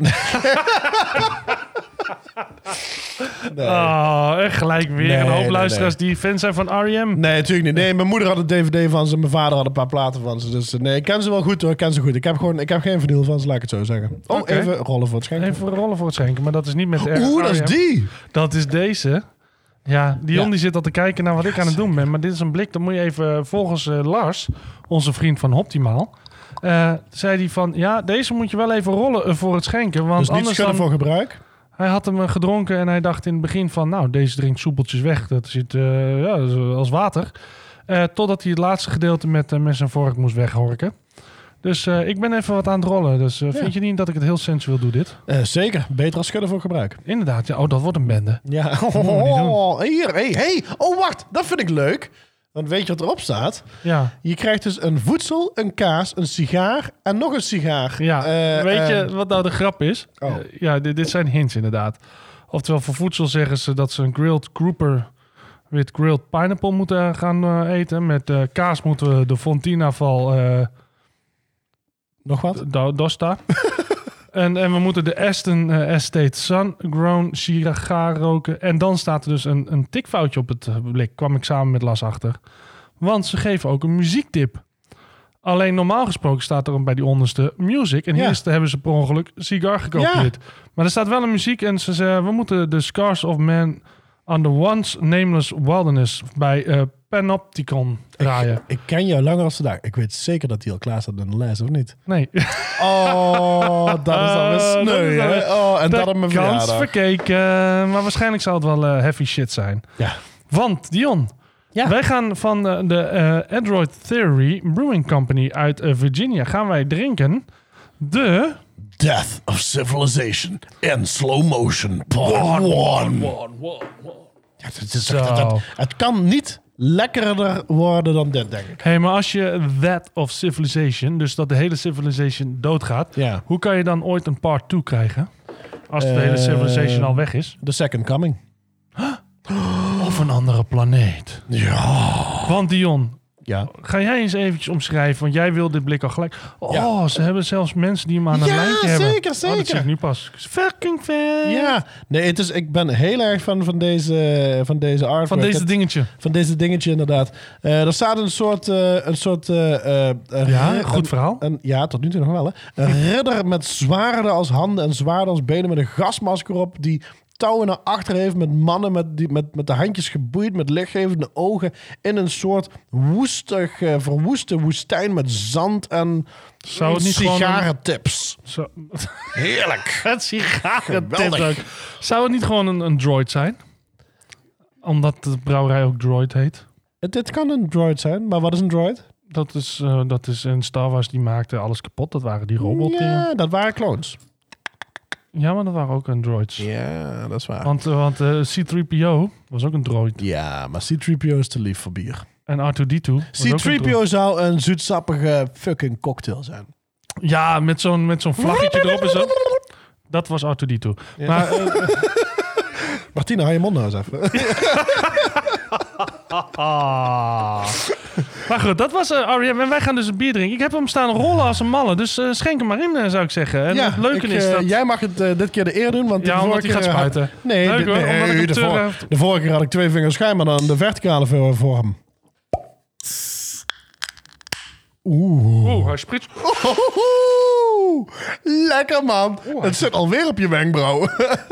S2: Nee.
S1: Oh, echt gelijk weer
S2: Nee,
S1: een hoop
S2: nee,
S1: luisteraars die fan zijn van R E M.
S2: Nee, natuurlijk niet. Nee, mijn moeder had een D V D van ze. Mijn vader had een paar platen van ze. Dus eh, nee, ik ken ze wel goed hoor. Ik ken ze goed. Ik heb gewoon, ik heb geen vinyl van ze, laat ik het zo zeggen. Oh,
S1: Oké.
S2: even rollen voor het schenken.
S1: Even rollen voor het schenken, maar dat is niet met de
S2: Oeh, dat is die.
S1: Dat is deze. Ja, Dion
S2: Ja.
S1: die zit al te kijken naar wat ik aan het doen ben. Maar dit is een blik, dan moet je even... Volgens uh, Lars, onze vriend van Optimaal... Uh, zei hij van... Ja, deze moet je wel even rollen uh, voor het schenken. Want
S2: Dus niet
S1: anders
S2: schudden
S1: dan...
S2: voor gebruik.
S1: Hij had hem uh, gedronken en hij dacht in het begin van... nou, deze drinkt soepeltjes weg. Dat zit uh, ja, dat is als water. Uh, totdat hij het laatste gedeelte met uh, mes en vork moest weghorken. Dus uh, ik ben even wat aan het rollen. Dus uh, ja. Vind je niet dat ik het heel sensueel doe, dit?
S2: Uh, zeker. Beter als schudden voor gebruik.
S1: Inderdaad. Ja. Oh, dat wordt een bende.
S2: Ja. Oh, hier. Hey, hey. Oh, wacht. Dat vind ik leuk. Want weet je wat erop staat?
S1: Ja.
S2: Je krijgt dus een voedsel, een kaas, een sigaar en nog een sigaar.
S1: Ja. Uh, weet je
S2: uh,
S1: wat nou de grap is?
S2: Oh.
S1: Uh, ja, dit, dit zijn hints inderdaad. Oftewel, voor voedsel zeggen ze dat ze een grilled grouper... met grilled pineapple moeten gaan uh, eten. Met uh, kaas moeten we de Fontinaval... Uh,
S2: nog wat?
S1: Do- Dosta. en, en we moeten de Aston uh, Estate Sun-Grown Syrah roken. En dan staat er dus een, een tikfoutje op het blik. Kwam ik samen met Las achter. Want ze geven ook een muziektip. Alleen normaal gesproken staat er bij die onderste music. En hier
S2: ja.
S1: is, hebben ze per ongeluk cigar gekopieerd. Ja. Maar er staat wel een muziek. En ze zeggen, we moeten de Scars of Man on the Once Nameless Wilderness bij uh, Panopticon draaien.
S2: Ik, ik ken jou langer als vandaag. Ik weet zeker dat hij al klaar staat in de lijst, of niet?
S1: Nee.
S2: Oh, dat is dan weer sneu, uh, hè? Oh, en dat op mijn verjaardag.
S1: Kans verkeken. Maar waarschijnlijk zal het wel uh, heavy shit zijn.
S2: Ja.
S1: Want, Dion, ja. wij gaan van de, de uh, Android Theory Brewing Company uit uh, Virginia gaan wij drinken de...
S2: Death of Civilization in slow motion. Part one. Ja, het, is, dat, dat, het kan niet lekkerder worden dan dit, denk ik.
S1: Hé, hey, maar als je Death of Civilization, dus dat de hele Civilization doodgaat,
S2: ja.
S1: hoe kan je dan ooit een part two krijgen? Als de uh, hele Civilization al weg is.
S2: The Second Coming.
S1: Of een andere planeet.
S2: Ja.
S1: Want Dion...
S2: Ja.
S1: Ga jij eens eventjes omschrijven, want jij wil dit blik al gelijk. Oh, ja. Ze hebben zelfs mensen die hem aan een
S2: ja,
S1: lijntje hebben.
S2: Ja, zeker, zeker.
S1: Oh, dat zie ik nu pas. Fucking fan.
S2: Ja, nee, het is, ik ben heel erg van, van deze, van deze artwork.
S1: Van deze dingetje.
S2: Van deze dingetje, inderdaad. Uh, er staat een soort... Uh, een soort uh, uh,
S1: ja, een, goed verhaal.
S2: Een, ja, tot nu toe nog wel. Hè. Een ridder met zwaarden als handen en zwaarden als benen met een gasmasker op die... touwen naar achter heeft met mannen met, die, met, met de handjes geboeid, met lichtgevende ogen in een soort woestig, uh, verwoeste woestijn met zand en
S1: Zou het niet
S2: sigarentips.
S1: Een... Zo...
S2: Heerlijk.
S1: Het sigarentips. Zou het niet gewoon een, een droid zijn? Omdat de brouwerij ook droid heet.
S2: Het, dit kan een droid zijn, maar wat is een droid?
S1: Dat is, uh, dat is een Star Wars die maakte alles kapot. Dat waren die robotten.
S2: Ja, dat waren clones.
S1: Ja, maar dat waren ook androids.
S2: Ja, dat is waar.
S1: Want, uh, want uh, C drie P O was ook een droid.
S2: Ja, maar C drie P O is te lief voor bier.
S1: En R twee D twee.
S2: C drie P O zou een zoetsappige fucking cocktail zijn.
S1: Ja, met zo'n, met zo'n vlaggetje erop en zo. Dat was R twee D twee. Ja. Maar, uh,
S2: Martina, hou je mond nou eens even.
S1: Maar goed, dat was uh, R E M. En wij gaan dus een bier drinken. Ik heb hem staan rollen als een malle. Dus uh, schenk hem maar in, uh, zou ik zeggen. En
S2: ja,
S1: het leuke
S2: ik,
S1: is dat...
S2: Uh, jij mag het uh, dit keer de eer doen. Want
S1: ja,
S2: de
S1: omdat hij gaat spuiten.
S2: Had... Nee,
S1: Leuk,
S2: de,
S1: hoor,
S2: nee,
S1: omdat ik
S2: de, vor...
S1: heb...
S2: de vorige keer had ik twee vingers schuim, maar dan de verticale vorm.
S1: Oeh. Oeh, hij spritst.
S2: Oeh, lekker, man. Oeh, het zit alweer op je wenkbrauw.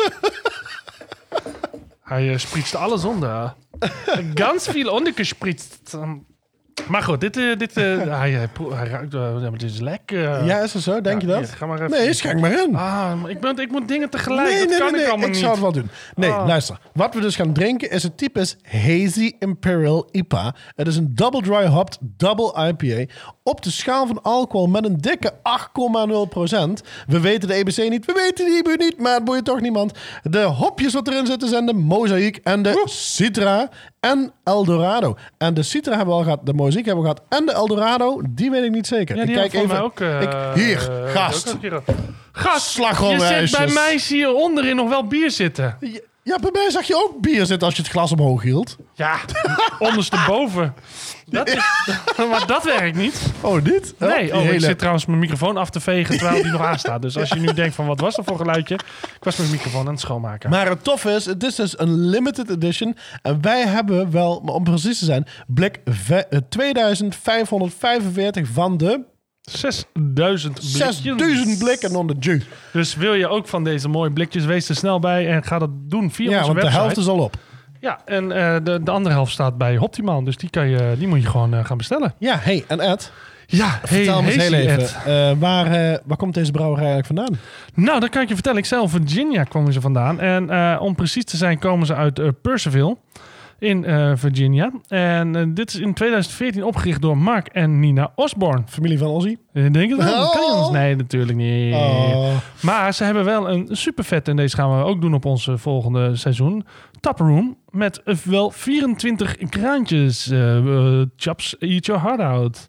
S1: Hij uh, spritst alles onder. Ganz veel ondergespritst. Maar goed, dit, uh, dit uh, hij, hij, hij ruikt, uh, dit is lekker.
S2: Ja, is het zo? Denk ja, je dat?
S1: Hier, ga maar even.
S2: Nee, schenk maar in.
S1: Ah, maar ik, ben, ik moet dingen tegelijk.
S2: Nee,
S1: dat
S2: nee,
S1: kan
S2: nee,
S1: ik
S2: nee,
S1: allemaal
S2: ik
S1: niet.
S2: zou het wel doen. Nee, ah. luister. Wat we dus gaan drinken is het type is Hazy Imperial I P A. Het is een double dry hopped, double I P A. Op de schaal van alcohol met een dikke acht komma nul procent. We weten de E B C niet, we weten de I B U niet, maar het boeit toch niemand. De hopjes wat erin zitten zijn de Mozaïek en de Citra en Eldorado. En de Citra hebben we al gehad, de Mozaïek hebben we gehad en de Eldorado, die weet ik niet zeker.
S1: Ja, die
S2: ik kijk even.
S1: Mij ook, uh,
S2: ik, hier, uh, gast.
S1: Gast,
S2: slagroomijsjes.
S1: Je zit bij mij zie je onderin nog wel bier zitten.
S2: Ja, ja, bij mij zag je ook bier zitten als je het glas omhoog hield.
S1: Ja, ondersteboven. Dat is, maar dat werkt niet.
S2: Oh, dit?
S1: Nee,
S2: oh,
S1: oh,
S2: hele...
S1: ik zit trouwens mijn microfoon af te vegen terwijl die nog aanstaat. Dus als je nu denkt van wat was dat voor geluidje? Ik was mijn microfoon aan het schoonmaken.
S2: Maar het tof is, het is dus een limited edition. En wij hebben wel, om precies te zijn, blik tweeduizend vijfhonderdvijfenveertig van de...
S1: zesduizend blikjes.
S2: zesduizend blikken on the Jew.
S1: Dus wil je ook van deze mooie blikjes, wees er snel bij en ga dat doen via
S2: ja,
S1: onze website.
S2: Ja, want de helft is al op.
S1: Ja, en uh, de, de andere helft staat bij Optimaal. Dus die, kan je, die moet je gewoon uh, gaan bestellen.
S2: Ja, hey, en Ed?
S1: Ja, hey,
S2: Vertel me eens heel
S1: Hazy
S2: even.
S1: Ed.
S2: Uh, waar, uh, waar komt deze brouwerij eigenlijk vandaan?
S1: Nou, dat kan ik je vertellen. Ik zelf, Virginia komen ze vandaan. En uh, om precies te zijn komen ze uit uh, Purcellville in uh, Virginia. En uh, dit is in tweeduizend veertien opgericht door Mark en Nina Osborne.
S2: Familie van Ozzy?
S1: Uh, denk je dat?
S2: Oh.
S1: Kan je ons? Nee, natuurlijk niet.
S2: Oh.
S1: Maar ze hebben wel een super vet. En deze gaan we ook doen op ons uh, volgende seizoen. Taproom. Met uh, wel vierentwintig kraantjes. Uh, uh, Chops, eat your heart out.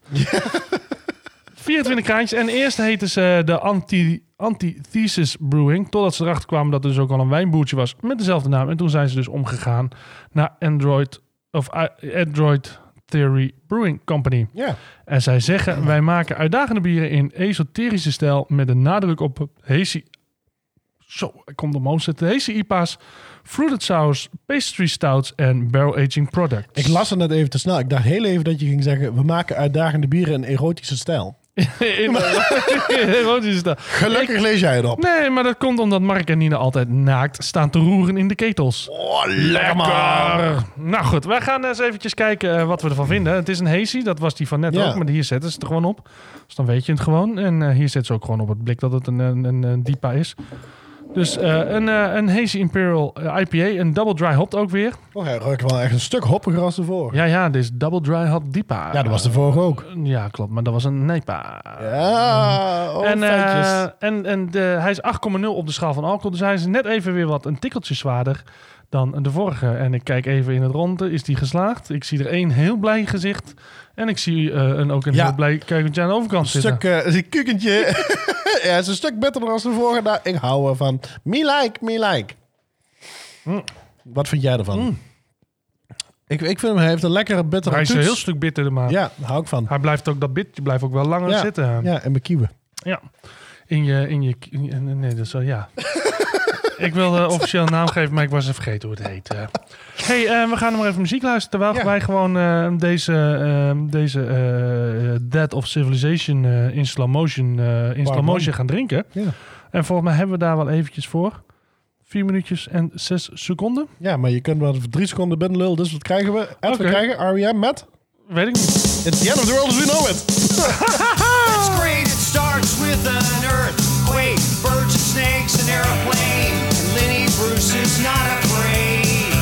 S1: vierentwintig kraantjes. En eerst heten ze de Anti... Antithesis Brewing, totdat ze erachter kwamen dat er dus ook al een wijnboertje was met dezelfde naam. En toen zijn ze dus omgegaan naar Android of Android Theory Brewing Company.
S2: Ja.
S1: En zij zeggen, wij maken uitdagende bieren in esoterische stijl met een nadruk op hazy... Zo, ik kom de mond zitten. Hazy I P A's, fruited sours, pastry stouts en barrel aging products.
S2: Ik las het net even te snel. Ik dacht heel even dat je ging zeggen, we maken uitdagende bieren in erotische stijl.
S1: in erotische stijl.
S2: Gelukkig lees jij het op.
S1: Nee, maar dat komt omdat Mark en Nina altijd naakt staan te roeren in de ketels.
S2: Oh, lekker man.
S1: Nou goed, wij gaan eens eventjes kijken uh, wat we ervan vinden. Het is een hazy, dat was die van net
S2: Ja.
S1: ook, maar hier zetten ze het er gewoon op. Dus dan weet je het gewoon. En uh, hier zetten ze ook gewoon op het blik dat het een, een, een, een D I P A is. Dus uh, een, uh, een Hazy Imperial I P A, een double dry hopped ook weer.
S2: Oh, hij ruikt wel echt een stuk hoppiger als de vorige.
S1: Ja, ja, dit is double dry hop D I P A.
S2: Ja, dat was de vorige ook.
S1: Uh, ja, klopt, maar dat was een N E P A.
S2: Ja, oh,
S1: en, uh,
S2: feitjes.
S1: en, en de, hij is acht komma nul op de schaal van alcohol. Dus hij is net even weer wat een tikkeltje zwaarder dan de vorige. En ik kijk even in het ronde. Is die geslaagd? Ik zie er één heel blij gezicht. En ik zie uh, een, ook een
S2: Ja.
S1: heel blij kijkertje aan de overkant
S2: Een
S1: zitten.
S2: stuk, uh, een kukentje. Ja, het is een stuk beter dan als de vorige. Nou, ik hou ervan. Me like, me like.
S1: Mm.
S2: Wat vind jij ervan?
S1: Mm.
S2: Ik, ik vind hem, hij heeft een lekkere bittere
S1: Hij is
S2: toets.
S1: een heel stuk bitterder, maar
S2: Ja, daar hou ik van.
S1: hij blijft ook dat bitje blijft ook wel langer
S2: Ja.
S1: zitten.
S2: Ja, en mijn kieuwen.
S1: Ja. In je, in je, in je- nee, dat is wel, ja. Ik wil de officiële naam geven, maar ik was even vergeten hoe het heet. eh. hey, eh, we gaan nog maar even muziek luisteren. Terwijl
S2: Ja.
S1: wij gewoon eh, deze, eh, deze eh, Dead of Civilization eh, in slow motion, eh, in slow
S2: one.
S1: motion gaan drinken.
S2: Ja.
S1: En volgens mij hebben we daar wel eventjes voor. Vier minuutjes en zes seconden.
S2: Ja, maar je kunt wel voor drie seconden binnen lullen. Dus wat krijgen we? Ed,
S1: Oké.
S2: we krijgen R E M met...
S1: Weet ik niet.
S2: It's the end of the world as we know it.
S6: It's great, it starts with an earthquake, birds and snakes, an airplane. Lenny Bruce is not afraid.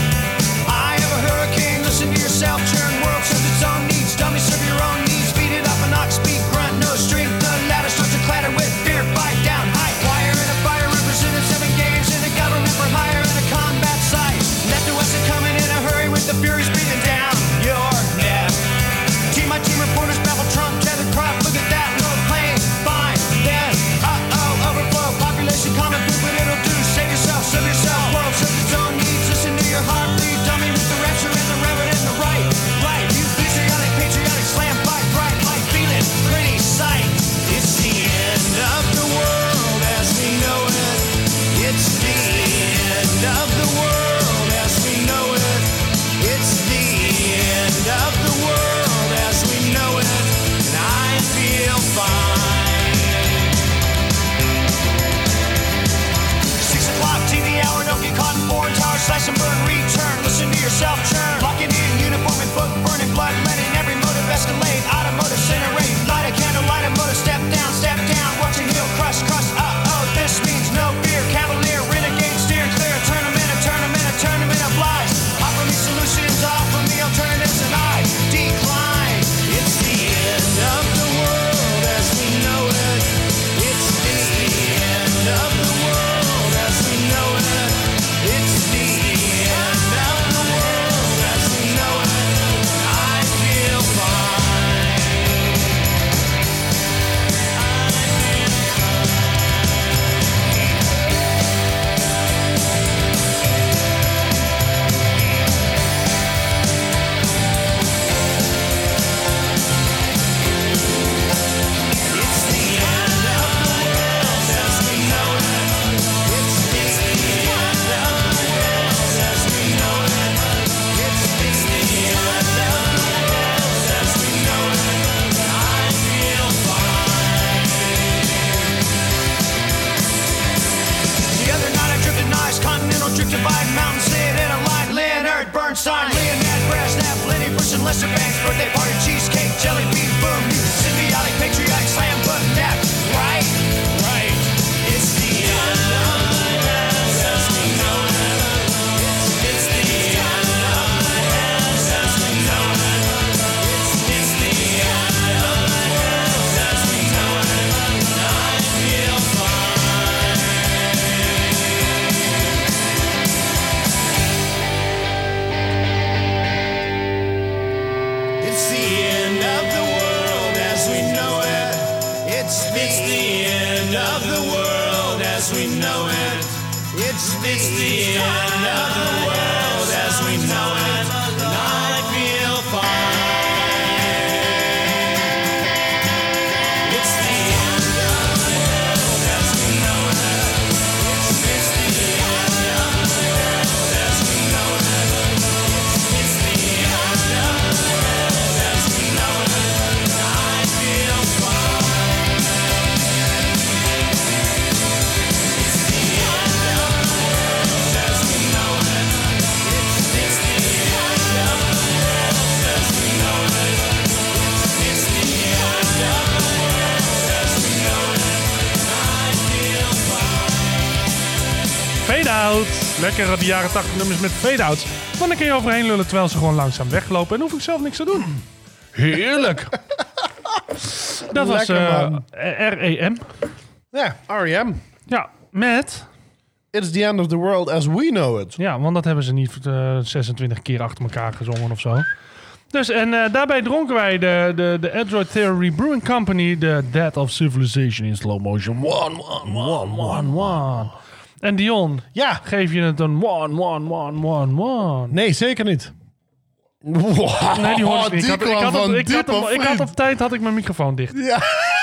S6: I have a hurricane, listen to yourself, churn world serves its own needs. Dummy, serve your own needs, beat it up an ox, speak, grunt, no strength. The ladder starts to clatter with fear, fight down, high wire and a fire represented seven games in a government for hire and a combat site. Left to west and coming in a hurry with the furies breathing down your neck. Team my team reporters babble Trump, tethered crop, look at that, no plane, fine, then, uh-oh, overflow, population common food, what it'll do, save yourself, serve yourself, world serves its own needs, listen to your heart, bleed, dummy with the rapture and the reverend and the right, right, you patriotic, patriotic, slam, fight, bright, light, feeling, pretty sight, it's the end of the world as we know it, it's the end of the world as we know it, it's the end of the world as we know it, and I feel fine. Six o'clock T V hour, don't get caught in foreign towers, slash and burn, return, listen to yourself churn, locking in, uniform and book, burning blood, letting every motive escalate, automotive incinerate, light a candle, light a motor, step down, step down, watching heel crush, crush, uh-oh, this means no fear, cavalier, renegade, steer clear, a tournament, a tournament, a tournament of lies, offer me solutions, offer me alternatives, and I decline, it's the end of the world as we know it, it's the end of the world as we know it, it's the end of the world as we know it, I feel fine. It's the end of the world as we know it. It's the end of the world as we know it. It's the end of the world as we know it. I feel fine. The other night I drifted nice, continental drift divide, mountain sit in a light, Leonard Bernstein, Leonard Brasnap, Lenny Bruce and Lester Banks, birthday party, cheesecake, jelly bean, boom, you sing as we know it. It's the, it's the end of the world as we know it. And I feel fine. It's the end of the world as we know it. It's, it's the end of the world as we know it. It's the end of the world as we know it. And I feel fine. It's the end of the world as we know it. It's, it's the end of the world as we know it. It's, it's the end of the world as we know it. And I feel fine.
S1: Fade Out. Lekker die jaren tachtig nummers met fade outs. Want dan kun je overheen lullen terwijl ze gewoon langzaam weglopen. En hoef ik zelf niks te doen. Heerlijk. Dat was
S2: Lekker,
S1: eh,
S2: man.
S1: R E M.
S2: Ja, R E M.
S1: Ja, met...
S2: It's the end of the world as we know it.
S1: Ja, want dat hebben ze niet eh, zesentwintig keer achter elkaar gezongen of zo. Dus, en eh, daarbij dronken wij de, de, de Android Theory Brewing Company, de Death of Civilization in slow motion. One, one, one, one, one. En Dion,
S2: Ja.
S1: geef je het een one, one, one, one, one.
S2: Nee, zeker niet. Wow,
S1: Nee, die hoorde ik niet.
S2: die
S1: Ik had, ik
S2: kwam
S1: had, op,
S2: van
S1: ik, had
S2: diep
S1: op,
S2: of
S1: ik had
S2: niet?
S1: op tijd had ik mijn microfoon dicht.
S2: Ja.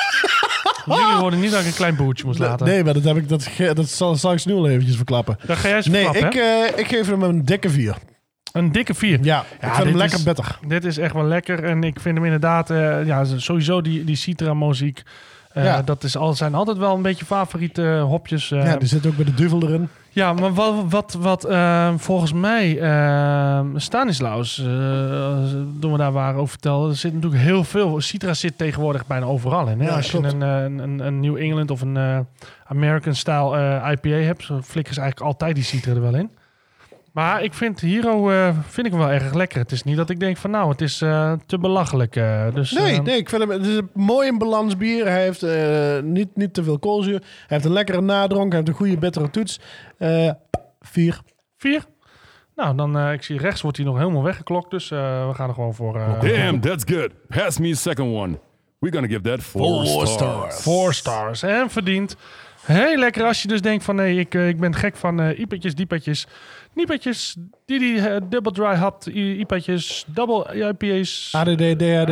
S1: Jullie hoorden niet dat ik een klein boertje moest laten.
S2: Nee, maar dat, heb ik, dat, ge- dat zal, zal ik ze nu al eventjes verklappen.
S1: Dan ga jij ze
S2: Nee,
S1: verklappen,
S2: ik,
S1: hè?
S2: eh, ik geef hem een dikke vier.
S1: Een dikke vier.
S2: Ja, ik vind
S1: dit
S2: hem lekker
S1: is-
S2: bitter.
S1: Dit is echt wel lekker. En ik vind hem inderdaad... eh, ja, sowieso die, die Citra-muziek. eh,
S2: Ja.
S1: Dat is al, zijn altijd wel een beetje favoriete hopjes. eh.
S2: Ja, die zit ook bij de duvel erin.
S1: Ja, maar wat, wat, wat eh, volgens mij eh, Stanislaus, eh, toen we daar waren, over vertelde, er zit natuurlijk heel veel. Citra zit tegenwoordig bijna overal in. Hè?
S2: Ja,
S1: Als
S2: klopt.
S1: je een, eh, een, een New England of een eh, American-style eh, I P A hebt, zo flikkeren ze eigenlijk altijd die Citra er wel in. Maar ik vind Hero eh, vind ik hem wel erg lekker. Het is niet dat ik denk van nou, het is eh, te belachelijk. eh, dus,
S2: Nee,
S1: eh,
S2: nee, ik vind hem het is een mooi in balans bier. Hij heeft eh, niet, niet te veel koolzuur. Hij heeft een lekkere nadronk. Hij heeft een goede bittere toets. Eh vier.
S1: Vier? Nou, dan eh, ik zie rechts wordt hij nog helemaal weggeklokt. Dus eh, we gaan er gewoon voor. eh,
S5: Damn, that's good. Pass me a second one. We're gonna give that four,
S2: Four
S5: stars.
S2: stars.
S1: Four stars. En verdiend. Heel lekker als je dus denkt van nee, ik, eh, ik ben gek van eh ipetjes, diepetjes, niepetjes, Didi, eh, double dry hop, i- ipetjes, double I P A's.
S2: A D D, D A D,
S1: A D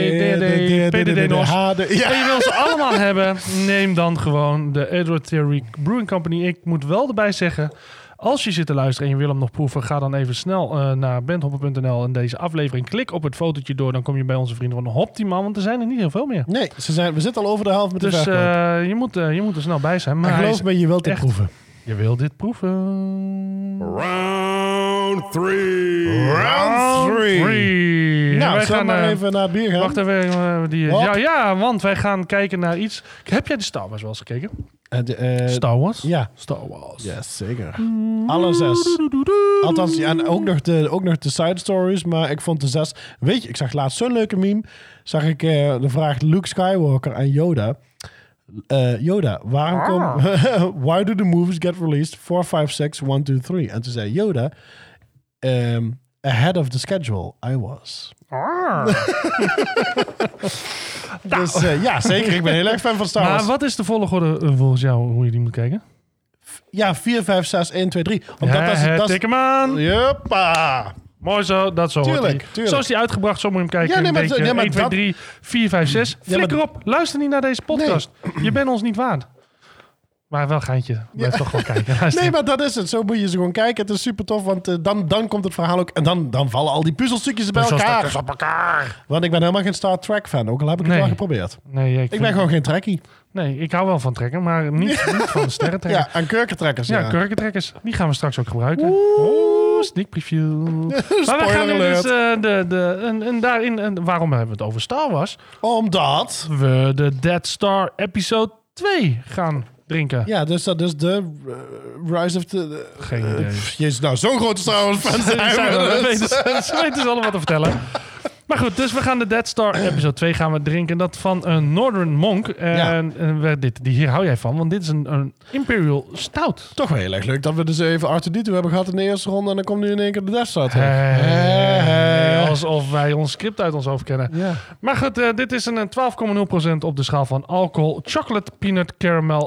S1: D, P D D, N O S.
S2: H D.
S1: En
S2: Ja.
S1: je wil ze allemaal hebben, neem dan gewoon de Android Theory Brewing Company. Ik moet wel erbij zeggen, als je zit te luisteren en je wil hem nog proeven, ga dan even snel uh, naar bandhopper punt n l en deze aflevering. Klik op het fotootje door, dan kom je bij onze vrienden van Optimal, want er zijn er niet heel veel meer.
S2: Nee, ze zijn, we zitten al over de helft met de
S1: Dus
S2: verkoop.
S1: uh, je, moet, uh, je moet er snel bij zijn. Maar
S2: en
S1: hij
S2: geloof
S1: is
S2: me, je wilt dit
S1: echt-
S2: proeven.
S1: Je wil dit proeven.
S5: Round three.
S2: Round three. Nou,
S1: Wij
S2: zullen
S1: gaan
S2: we maar
S1: eh,
S2: even naar het bier gaan?
S1: Wacht even. eh, die,
S2: Hop.
S1: ja, ja, want wij gaan kijken naar iets. Heb jij de Star Wars wel eens gekeken?
S2: Eh, de, eh,
S1: Star Wars?
S2: Ja.
S1: Star Wars.
S2: Ja, zeker. Alle zes. Althans, ja, en ook nog, de, ook nog de side stories, maar ik vond de zes... Weet je, ik zag laatst zo'n leuke meme. Zag ik eh, de vraag Luke Skywalker aan Yoda. Eh, Yoda, waarom
S1: Ah.
S2: kom... Why do the movies get released four, five, six, one, two, three? En toen zei Yoda... Um, ahead of the schedule, I was.
S1: Ah.
S2: Dus eh, ja, zeker. Ik ben heel erg fan van Star Wars.
S1: Maar wat is de volgorde uh, volgens jou hoe je die moet kijken?
S2: Ja, vier, vijf, zes, één, twee, drie. Omdat
S1: Ja,
S2: dat is...
S1: het,
S2: Dat is
S1: tik hem aan.
S2: Juppa!
S1: Mooi zo, dat zo hoort
S2: Tuurlijk,
S1: hij.
S2: tuurlijk.
S1: Zo is die uitgebracht, zo moet je hem kijken.
S2: Ja, nee,
S1: een
S2: maar-
S1: beetje
S2: nee, maar
S1: één, twee,
S2: dat-
S1: drie, vier, vijf, zes.
S2: Ja, maar-
S1: Flikker op, luister niet naar deze podcast. Je bent ons niet waard. Maar wel geintje. Blijf toch gewoon kijken. Luister.
S2: Nee, maar dat is het. Zo moet je ze gewoon kijken. Het is super tof, want uh, dan, dan komt het verhaal ook... En dan, dan vallen al die puzzelstukjes bij
S1: Puzzelstukjes
S2: elkaar.
S1: op elkaar.
S2: Want ik ben helemaal geen Star Trek fan. Ook al heb ik het
S1: Nee.
S2: wel geprobeerd.
S1: Nee, ik,
S2: Ik
S1: vind-
S2: ben gewoon geen trekkie.
S1: nee, ik hou wel van trekken, maar niet, niet van de sterren trekken.
S2: Ja, aan kurkentrekkers.
S1: Ja,
S2: Ja,
S1: kurkentrekkers. Die gaan we straks ook gebruiken. Oeh, sneak preview. Maar we gaan
S2: Spoiler
S1: nu dus
S2: alert.
S1: eh, de, de, en, en daarin... En waarom hebben we het over Star Wars?
S2: Omdat...
S1: We de Dead Star episode twee gaan drinken.
S2: Ja, dus dat is de uh, Rise of the... uh,
S1: Geen idee.
S2: pff, Jezus, nou, zo'n grote Star Wars fan
S1: Ze
S2: zijn
S1: zijn
S2: we
S1: er, dat
S2: dus.
S1: weten ze, ze weten ze allemaal te vertellen. Maar goed, dus we gaan de Dead Star episode twee gaan we drinken. Dat van een Northern Monk. En,
S2: Ja.
S1: en we, dit, die hier hou jij van, want dit is een, een Imperial Stout.
S2: Toch wel heel erg leuk dat we dus even R twee D twee hebben gehad in de eerste ronde. En dan komt nu in één keer de Death Star terug.
S1: Hey,
S2: Hey.
S1: alsof wij ons script uit ons hoofd kennen.
S2: Ja.
S1: Maar goed, eh, dit is een twaalf komma nul procent op de schaal van alcohol. Chocolate, peanut, caramel,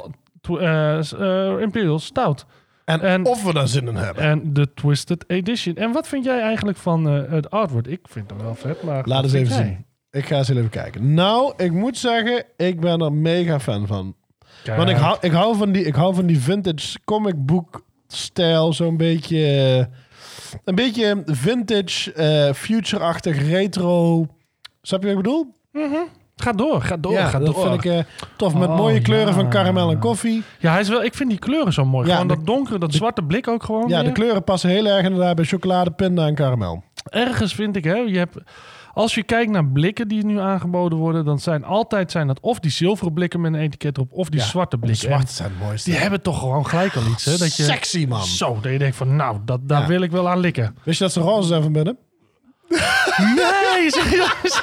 S1: tw- uh, uh, Imperial Stout.
S2: En,
S1: En-
S2: of we daar zin in hebben.
S1: En de Twisted Edition. En wat vind jij eigenlijk van uh, het artwork? Ik vind hem wel vet, maar...
S2: Laat
S1: wat
S2: eens
S1: vind
S2: even
S1: jij?
S2: zien. Ik ga eens even kijken. Nou, ik moet zeggen, ik ben er mega fan van.
S1: Kijk.
S2: Want ik hou, ik, hou van die, ik hou van die vintage comic book stijl. Zo'n beetje... eh, Een beetje vintage, eh, future-achtig, retro. Snap je wat ik bedoel?
S1: Ga door, ga door,
S2: ja,
S1: ga
S2: dat
S1: door.
S2: vind ik eh, tof. Met
S1: Oh,
S2: mooie kleuren
S1: ja.
S2: van karamel en koffie.
S1: Ja, hij is wel, ik vind die kleuren zo mooi.
S2: Ja,
S1: gewoon
S2: de-
S1: dat donkere, dat zwarte blik ook gewoon
S2: Ja, de
S1: weer.
S2: kleuren passen heel erg inderdaad bij chocolade, pinda en karamel.
S1: Ergens vind ik, hè, je hebt, als je kijkt naar blikken die nu aangeboden worden, dan zijn altijd zijn dat of die zilveren blikken met een etiket erop, of die
S2: Ja,
S1: zwarte
S2: De
S1: blikken.
S2: zwarte zijn het mooiste.
S1: Die hebben toch gewoon gelijk al iets, hè? Dat je,
S2: Sexy, man.
S1: Zo, dat je denkt van, nou, dat, daar
S2: Ja.
S1: wil ik wel aan likken.
S2: Wist je dat ze roze zijn van binnen?
S1: Nee, serieus?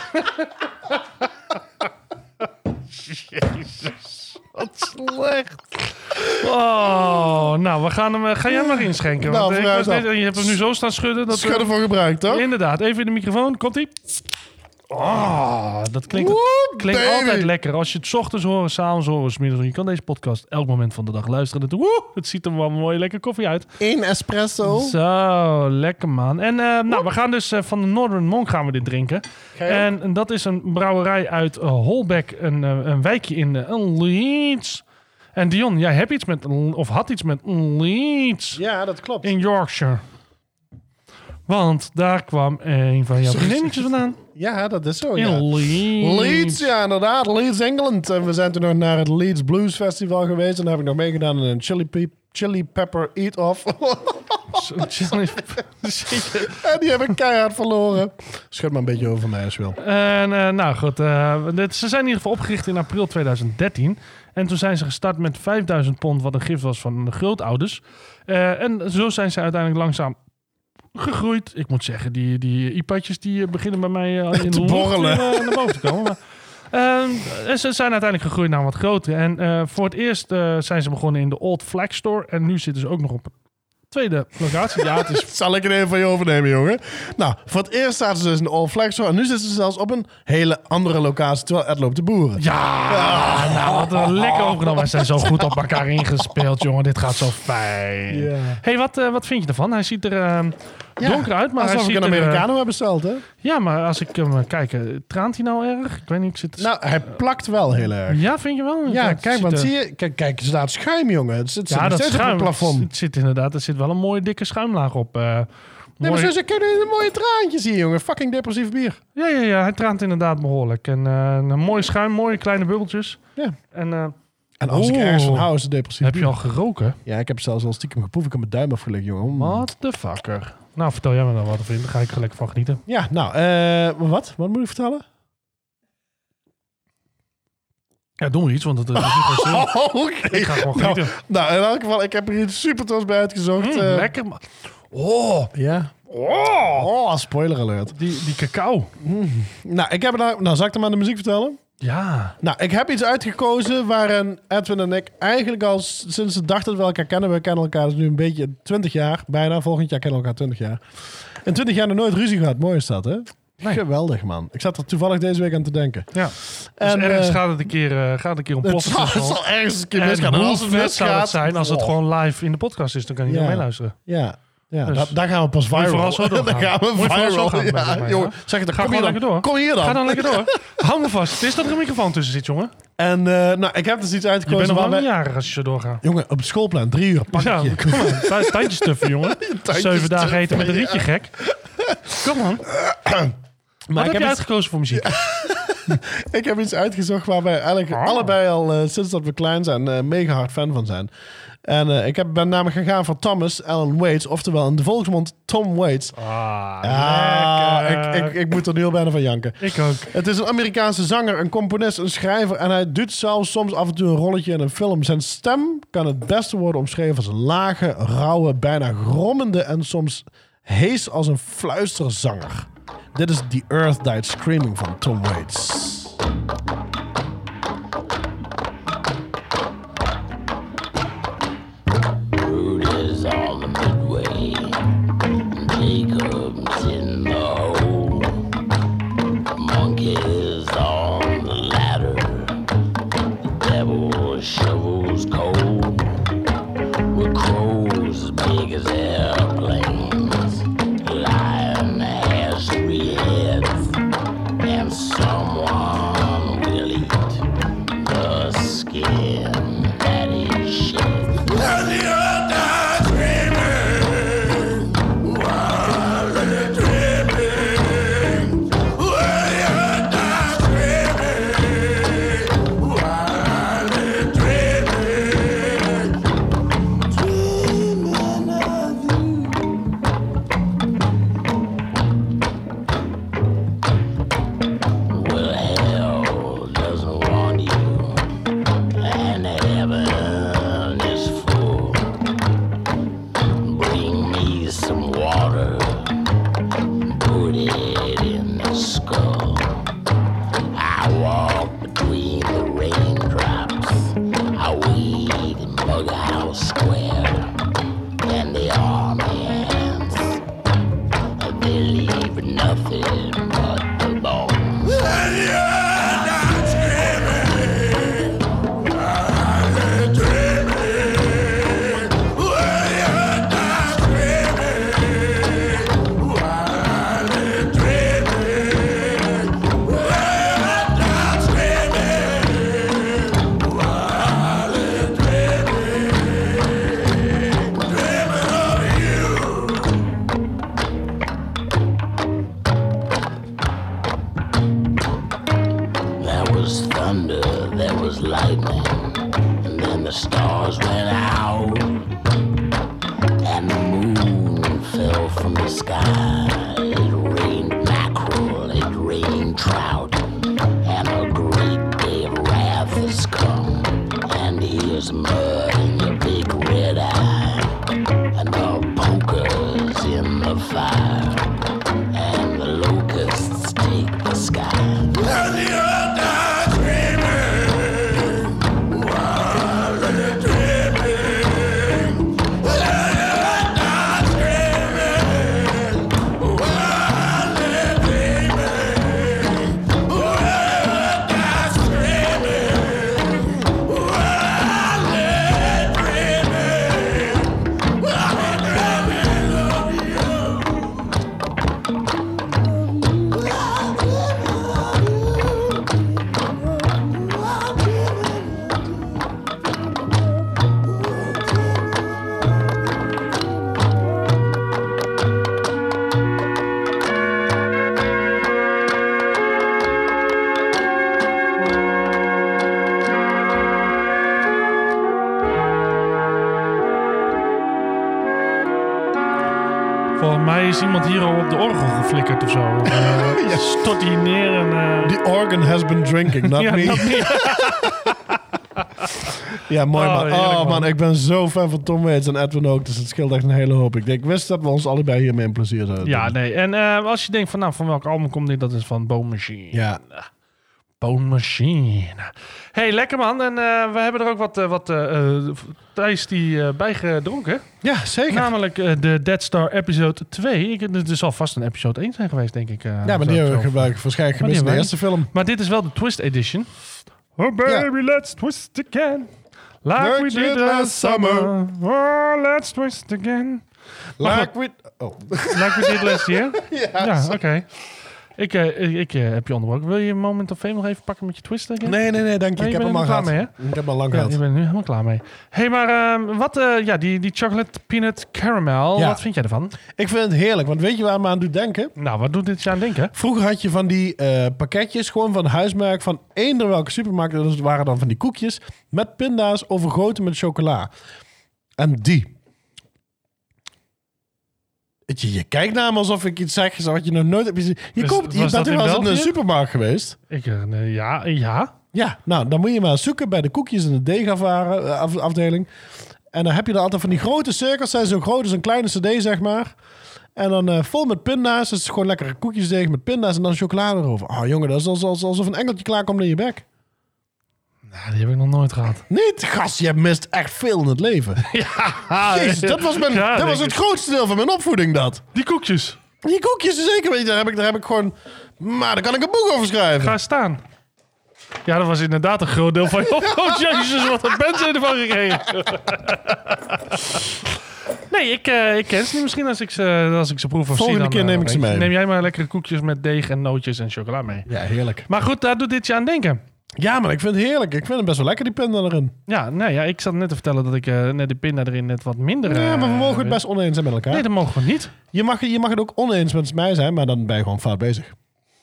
S1: Jezus, wat slecht. Oh, nou, we gaan hem. eh, Ga jij maar inschenken?
S2: Nou,
S1: Want, eh, ik
S2: vooruit
S1: was net-
S2: dan.
S1: je hebt hem nu zo staan schudden. Dat
S2: Schudden voor gebruik, toch?
S1: Inderdaad, even in de microfoon. Komt-ie? Oh, dat klinkt,
S2: Woep,
S1: klinkt
S2: baby.
S1: altijd lekker. Als je het 's ochtends hoort, 's avonds hoort, 's middags. Je kan deze podcast elk moment van de dag luisteren. Dat, woe, het ziet er wel mooi lekker koffie uit.
S2: Eén espresso.
S1: Zo, lekker man. En eh, nou, we gaan dus eh, van de Northern Monk gaan we dit drinken.
S2: Ga je
S1: En, en dat is een brouwerij uit uh, Holbeck, een, eh, een wijkje in uh, Leeds. En Dion, jij hebt iets met, of had iets met Leeds
S2: Ja, dat klopt.
S1: in Yorkshire. Want daar kwam een van jouw vriendinnetjes vandaan.
S2: Ja, dat is zo,
S1: In
S2: ja.
S1: Leeds.
S2: Leeds, ja, inderdaad. Leeds, Engeland. En we zijn toen nog naar het Leeds Blues Festival geweest. En daar heb ik nog meegedaan in een chili, pe- chili pepper eat-off.
S1: Zo chilly.
S2: En die heb ik keihard verloren. Schud maar een beetje over mij als je wil.
S1: En eh, nou goed, eh, dit, ze zijn in ieder geval opgericht in april tweeduizend dertien. En toen zijn ze gestart met vijfduizend pond, wat een gift was van de grootouders. Eh, en zo zijn ze uiteindelijk langzaam gegroeid. Ik moet zeggen, die, die I P A'tjes die eh, beginnen bij mij eh, in
S2: Te
S1: de lucht,
S2: borrelen.
S1: eh, naar boven te komen. Maar, eh, en ze zijn uiteindelijk gegroeid naar wat groter. En eh, voor het eerst eh, zijn ze begonnen in de Old Flag Store. En nu zitten ze ook nog op een tweede locatie. Ja, het is
S2: Zal ik het even van je overnemen, jongen? Nou, voor het eerst zaten ze dus in de All Flag Store. En nu zitten ze zelfs op een hele andere locatie. Terwijl Ed loopt de boeren.
S1: Ja, nou wat een lekker opgenomen. We zijn zo goed op elkaar ingespeeld, jongen. Dit gaat zo fijn.
S2: Ja.
S1: Hey, wat, eh, wat vind je ervan? Hij ziet er eh, donker uit, maar hij
S2: Alsof
S1: ziet
S2: ik een
S1: er... eh,
S2: Americano heb besteld, hè?
S1: ja, maar als ik hem eh, kijk, eh, traant hij nou erg? Ik weet niet, ik zit...
S2: Nou, hij plakt wel heel erg.
S1: ja, vind je wel?
S2: Ja,
S1: Het
S2: kijk,
S1: ziet
S2: want
S1: er-
S2: zie je... Kijk, kijk, er staat schuim, jongen. Het zit,
S1: Ja,
S2: zit
S1: dat
S2: steeds op
S1: schuim.
S2: het plafond.
S1: Het zit inderdaad, er zit wel een mooie dikke schuimlaag op. eh
S2: Nee, maar
S1: mooi-
S2: zo zie je een mooie traantjes hier, jongen. Fucking depressief bier.
S1: Ja, ja, ja, hij traant inderdaad behoorlijk. En eh, een mooi schuim, mooie kleine bubbeltjes.
S2: Ja.
S1: En eh,
S2: En als ik
S1: Oeh.
S2: ergens van hou, is het depressief
S1: heb je
S2: bier.
S1: al geroken?
S2: Ja, ik heb zelfs al stiekem geproefd. Ik heb mijn duim afgelegd, jongen. Mm.
S1: What the fucker? Nou, vertel jij me dan wat of Daar ga ik er lekker van genieten.
S2: Ja, nou, eh, wat? Wat moet ik vertellen?
S1: Ja, doen we iets, want het is niet gewoon zin.
S2: Oh, oké.
S1: Ik ga gewoon
S2: Nou,
S1: genieten.
S2: nou, in elk geval, ik heb er iets super tofs bij uitgezocht.
S1: Mm,
S2: eh.
S1: lekker, man. Oh,
S2: Ja. Oh, oh, spoiler alert.
S1: die, die cacao.
S2: Nou, ik heb er nou, nou, zal ik hem aan de muziek vertellen?
S1: Ja.
S2: Nou, ik heb iets uitgekozen waarin Edwin en ik eigenlijk al s- sinds de dag dat we elkaar kennen, we kennen elkaar dus nu een beetje twintig jaar, bijna. Volgend jaar kennen we elkaar twintig jaar. In twintig jaar nog nooit ruzie gehad. Mooi is dat, hè?
S1: Nee.
S2: Geweldig, man. Ik zat er toevallig deze week aan te denken.
S1: Ja. Dus
S2: En,
S1: ergens
S2: eh,
S1: gaat het een keer, eh, gaat het een keer
S2: Het
S1: ontploffen.
S2: zal,
S1: tussen
S2: het
S1: ons.
S2: zal ergens een keer
S1: En
S2: misgaan. En
S1: hoe
S2: als het
S1: vet zou het
S2: misgaat...
S1: zijn als het
S2: oh.
S1: gewoon live in de podcast is. Dan kan iedereen
S2: Ja.
S1: meeluisteren.
S2: Ja, ja
S1: Dus-
S2: da- daar gaan we pas
S1: Moet je
S2: viral.
S1: vooral zo doorgaan.
S2: Daar gaan we
S1: Moet je vooral zo
S2: viral.
S1: gaan,
S2: Ja,
S1: volgens mij,
S2: jongen,
S1: ja.
S2: zeg je, dan
S1: Ga
S2: kom hier
S1: gewoon
S2: dan.
S1: lekker door.
S2: Kom hier dan.
S1: Ga dan lekker door. Hou me vast. Het is dat er een microfoon tussen zit, jongen.
S2: En uh, nou, ik heb dus iets
S1: Je
S2: uitgekozen.
S1: bent nog
S2: waar
S1: wel een
S2: wij-
S1: jarig als je zo doorgaat.
S2: Jongen, op het schoolplein, drie uur, pak
S1: Ja,
S2: je.
S1: kom maar. Thuis tandjes tuffen, jongen.
S2: Tandjes
S1: Zeven dagen
S2: tuffen,
S1: eten met een
S2: ja.
S1: rietje, gek. Kom man. Wat heb
S2: ik
S1: je
S2: heb
S1: uitgekozen voor muziek?
S2: Ik heb iets uitgezocht waar wij eigenlijk
S1: Oh.
S2: allebei al uh, sinds dat we klein zijn uh, mega hard fan van zijn. En uh, ik heb, ben namelijk gegaan voor Thomas Allen Waits, oftewel in de volksmond Tom Waits.
S1: Ah,
S2: Ja,
S1: lekker.
S2: ik, ik, ik moet er nu al bijna van janken.
S1: Ik ook.
S2: Het is een Amerikaanse zanger, een componist, een schrijver en hij doet zelfs soms af en toe een rolletje in een film. Zijn stem kan het beste worden omschreven als een lage, rauwe, bijna grommende en soms hees als een fluisterzanger. Dit is The Earth Died Screaming van Tom Waits.
S7: Brutus on the midway, Jacob's in the hole, monkeys on the ladder, the devil shovels coal. someone will eat the skin that is shed. And the other dreaming while they're dreaming. While the other dreaming while they're dreaming. Dreaming of you. Well, hell doesn't want you, and heaven is full. Bring me some water, put it in the skull. I walk between the raindrops. I weed in Bughouse Square, and the army ants, they leave nothing but the bones. And you're not screaming while they're dreaming. Well, you're not screaming while they're dreaming. Well, you're not screaming while they're dreaming. Dreaming of you. There was thunder, there was lightning, and then the stars went out, and the moon fell from the sky. It rained mackerel, it rained trout, and a great day of wrath has come. And here's mud in your big red eye, and the poker's in the fire, and the locusts take the sky. And the other dreaming while they're dreaming. The other dreaming while they're dreaming. The other dreaming while they're dreaming. I'm dreaming of you.
S1: Volgens mij is iemand hier al op de orgel geflikkerd of zo. Of, eh, stort hij neer en... eh,
S2: The organ has been drinking, not
S1: ja,
S2: me.
S1: dat niet.
S2: Ja, mooi
S1: Oh,
S2: man.
S1: heerlijk,
S2: Oh
S1: man.
S2: man, ik ben zo fan van Tom Waits en Edwin ook. Dus het scheelt echt een hele hoop. Ik, denk, ik wist dat we ons allebei hiermee een plezier zouden
S1: Ja,
S2: doen.
S1: nee. En eh, als je denkt van, nou, van welk album komt dit? Dat is van Bone Machine.
S2: Ja.
S1: Bone Machine. Hey, lekker man. En eh, we hebben er ook wat, eh, wat eh, eh, Thijs die eh, bij gedronken.
S2: Ja, zeker.
S1: Namelijk eh, de Dead Star episode twee. Ik, het zal vast een episode één zijn geweest, denk ik. eh,
S2: ja, maar
S1: zo-
S2: die hebben we
S1: zo.
S2: gebruikt waarschijnlijk
S1: Maar die
S2: gemist in de
S1: hebben
S2: eerste film.
S1: Maar dit is wel de Twist Edition. Oh baby, let's twist again. Like we did last summer. Oh, let's twist again. Maar
S2: Like we... Oh.
S1: Like we did last year?
S2: ja,
S1: Ja, oké. Ik, eh, ik, ik eh, heb je onderbroken. Wil je Moment of Fame nog even pakken met je twist again?
S2: Nee, nee, nee, dank je.
S1: Nee,
S2: ik
S1: je
S2: heb
S1: bent
S2: hem
S1: er
S2: al
S1: klaar
S2: gehad.
S1: mee,
S2: Ik heb hem al lang
S1: Ja,
S2: gehad.
S1: je bent er nu helemaal klaar mee. Hé, hey, maar ehm, wat, eh, ja, die, die chocolate peanut caramel,
S2: Ja.
S1: wat vind jij ervan?
S2: Ik vind het heerlijk, want weet je waar me aan doet denken?
S1: Nou, wat doet dit je aan denken?
S2: Vroeger had je van die eh, pakketjes, gewoon van huismerk, van eender welke supermarkt. Dat waren dan van die koekjes met pinda's overgoten met chocola. En die. Je, je kijkt naar me alsof ik iets zeg wat je nog nooit hebt gezien. Je,
S1: Dus
S2: koopt, je
S1: was
S2: bent
S1: dat
S2: toch
S1: in
S2: wel eens in een
S1: België?
S2: supermarkt geweest?
S1: Ik, eh, nee, ja, ja.
S2: Ja, nou, dan moet je maar zoeken bij de koekjes in de deegafdeling. En dan heb je er altijd van die grote cirkels. Zijn zo groot als een kleine cd, zeg maar. En dan uh, vol met pinda's. Dus gewoon lekkere koekjesdeeg met pinda's en dan chocolade erover. Oh jongen, dat is alsof, alsof een engeltje klaarkomt in je bek.
S1: Nou, die heb ik nog nooit gehad.
S2: Niet, gast, je mist echt veel in het leven.
S1: Ja,
S2: Jezus, dat was, mijn,
S1: Ja,
S2: dat
S1: denk
S2: was het
S1: ik.
S2: grootste deel van mijn opvoeding, dat.
S1: Die koekjes.
S2: Die koekjes, zeker. Weet je, daar heb ik, daar heb ik gewoon... Maar daar kan ik een boek over schrijven.
S1: Ga staan. Ja, dat was inderdaad een groot deel van je opvoeding. Oh, jezus, wat een mensen ervan gekregen. Nee, ik, uh, ik ken ze niet. Misschien als ik ze, als ik ze proef of
S2: Volgende
S1: zie. Dan,
S2: keer neem
S1: uh,
S2: ik ze mee.
S1: Neem jij maar lekkere koekjes met deeg en nootjes en chocola mee.
S2: Ja, heerlijk.
S1: Maar goed, daar doet dit je aan denken.
S2: Ja, man, ik vind het heerlijk. Ik vind het best wel lekker, die pinda erin.
S1: Ja, nee, ja ik zat net te vertellen dat ik uh, net de pinda erin net wat minder...
S2: Ja, maar we
S1: uh,
S2: mogen het best oneens zijn met elkaar.
S1: Nee, dat mogen we niet.
S2: Je mag, je mag het ook oneens met mij zijn, maar dan ben je gewoon fout bezig.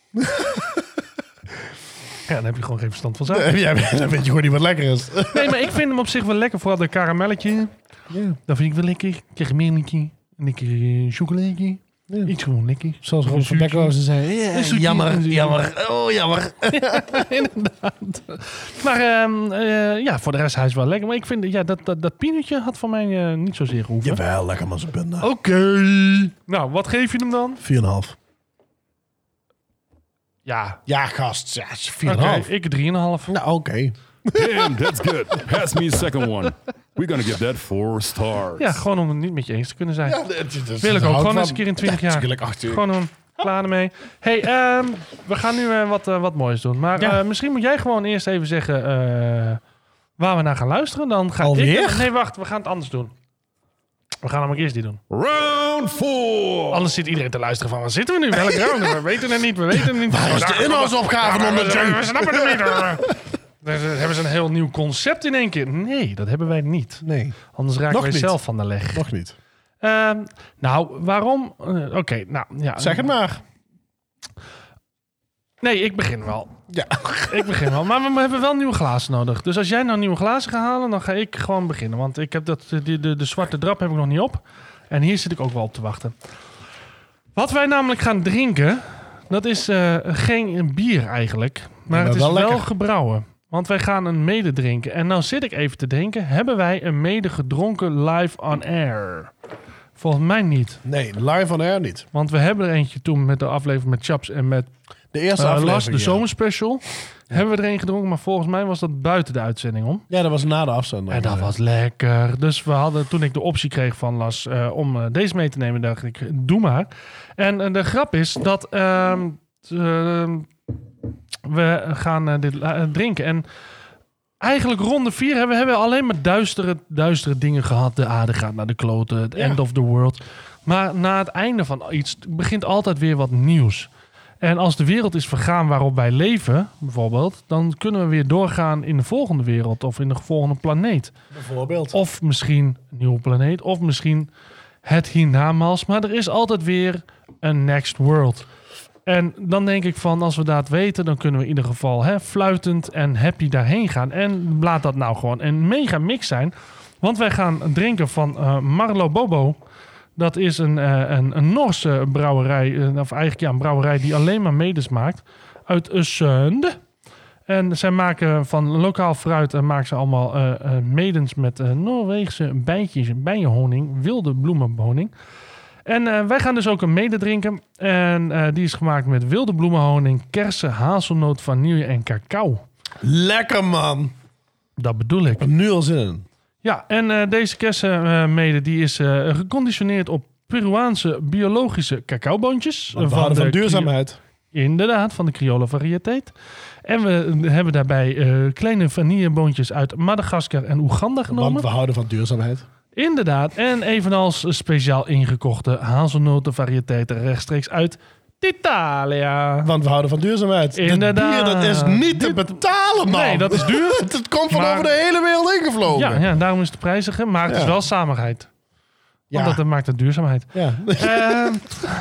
S1: Ja, dan heb je gewoon geen verstand van zaken.
S2: Ja, dan weet je gewoon niet wat lekker is.
S1: Nee, maar ik vind hem op zich wel lekker. Vooral de karamelletje.
S2: Ja.
S1: Dat vind ik wel lekker. Karamelletje. Een lekker uh, chocoladetje.
S2: Ja.
S1: Iets gewoon lekker.
S2: Zoals Rob van Beckhoven zei. Ja,
S1: Een zoetje.
S2: jammer,
S1: Een zoetje.
S2: jammer. Oh, jammer.
S1: Inderdaad. Maar um, uh, ja, voor de rest hij is wel lekker. Maar ik vind, ja, dat, dat, dat peanutje had van mij uh, niet zozeer gehoeven.
S2: Jawel, lekker man zijn pinda.
S1: Oké. Okay. Nou, wat geef je hem dan?
S2: vier komma vijf.
S1: Ja.
S2: Ja, gast. Ja, vier
S1: Oké,
S2: komma vijf.
S1: ik drie komma vijf.
S2: Nou, oké. Okay.
S5: Damn, that's good. Pass me a second one. We're gonna give that four stars.
S1: Ja, gewoon om het niet met je eens te kunnen zijn.
S2: Ja, dat, dat,
S1: Wil ik ook
S2: houdt
S1: gewoon
S2: van.
S1: eens een keer in twintig
S2: Ja,
S1: jaar.
S2: natuurlijk, ach, tuurlijk.
S1: Gewoon een klaar ermee. Hey, um, we gaan nu uh, wat, uh, wat moois doen. Maar
S2: Ja.
S1: uh, misschien moet jij gewoon eerst even zeggen uh, waar we naar gaan luisteren. Dan ga
S2: Alweer?
S1: ik... Nee, wacht. We gaan het anders doen. We gaan namelijk eerst die doen.
S5: Round four.
S1: Anders zit iedereen te luisteren van, waar zitten we nu? Welke round? We weten het niet, we weten het niet.
S2: Waar is de inhoudsopgave
S1: Ja,
S2: onder
S1: we,
S2: Jay?
S1: we snappen het niet. Dan hebben ze een heel nieuw concept in één keer. Nee, dat hebben wij niet.
S2: Nee,
S1: Anders raken
S2: Nog
S1: wij
S2: niet.
S1: zelf van de leg.
S2: nog niet.
S1: Um, nou, waarom? Uh, Oké, okay, nou ja.
S2: Zeg het maar.
S1: Nee, ik begin wel.
S2: Ja.
S1: Ik begin wel. Maar we hebben wel nieuwe glazen nodig. Dus als jij nou nieuwe glazen gaat halen, dan ga ik gewoon beginnen. Want ik heb dat, de, de, de zwarte drap heb ik nog niet op. En hier zit ik ook wel op te wachten. Wat wij namelijk gaan drinken, dat is uh, geen bier eigenlijk. Maar,
S2: maar
S1: het is
S2: wel
S1: wel,
S2: lekker.
S1: gebrouwen. Want wij gaan een mede drinken. En nou zit ik even te denken, hebben wij een mede gedronken live on air? Volgens mij niet.
S2: Nee, live on air niet.
S1: Want we hebben er eentje toen met de aflevering met Chaps en met
S2: De eerste
S1: uh,
S2: aflevering,
S1: Lars, de
S2: ja.
S1: zomerspecial. Hebben we er een gedronken, maar volgens mij was dat buiten de uitzending om.
S2: Ja, dat was na de afzending.
S1: En dat was lekker. Dus we hadden, toen ik de optie kreeg van Las uh, om uh, deze mee te nemen, dacht ik, doe maar. En uh, de grap is dat uh, uh, we gaan uh, dit uh, drinken. En eigenlijk ronde vier hebben we hebben alleen maar duistere, duistere dingen gehad. De aarde gaat naar de kloten, het
S2: Ja.
S1: end of the world. Maar na het einde van iets begint altijd weer wat nieuws. En als de wereld is vergaan waarop wij leven, bijvoorbeeld, dan kunnen we weer doorgaan in de volgende wereld of in de volgende planeet.
S2: bijvoorbeeld.
S1: Of misschien een nieuwe planeet, of misschien het hiernamaals. Maar er is altijd weer een next world. En dan denk ik van, als we dat weten, dan kunnen we in ieder geval hè, fluitend en happy daarheen gaan. En laat dat nou gewoon een mega mix zijn. Want wij gaan drinken van uh, Marlo Bobo. Dat is een, uh, een, een Noorse brouwerij, uh, of eigenlijk ja, een brouwerij die alleen maar medes maakt. Uit Øsende. En zij maken van lokaal fruit en maken ze allemaal uh, uh, medens met uh, Noorweegse bijtjes, bijenhoning, wilde bloemenhoning. En uh, wij gaan dus ook een mede drinken. En uh, die is gemaakt met wilde bloemenhoning, kersen, hazelnoot, vanille en cacao.
S2: Lekker, man.
S1: Dat bedoel ik.
S2: Ik heb nu al zin in.
S1: Ja, en uh, deze kersenmede die is uh, geconditioneerd op Peruaanse biologische cacaoboontjes.
S2: Want we houden van
S1: de
S2: duurzaamheid.
S1: Cri- Inderdaad, van de Criollo variëteit. En we hebben daarbij uh, kleine vanilleboontjes uit Madagaskar en Oeganda genomen.
S2: Want we houden van duurzaamheid.
S1: Inderdaad, en evenals speciaal ingekochte hazelnotenvariëteiten rechtstreeks uit Italia.
S2: Want we houden van duurzaamheid.
S1: Inderdaad.
S2: Dat bier, dat is niet te betalen, man.
S1: Nee, dat is duur.
S2: Het komt van
S1: Maar-
S2: over de hele wereld ingevlogen.
S1: Ja, ja, daarom is het prijzige, maar het
S2: Ja.
S1: is wel saamigheid. Want
S2: Ja.
S1: dat maakt het duurzaamheid.
S2: Ja.
S1: Ehm,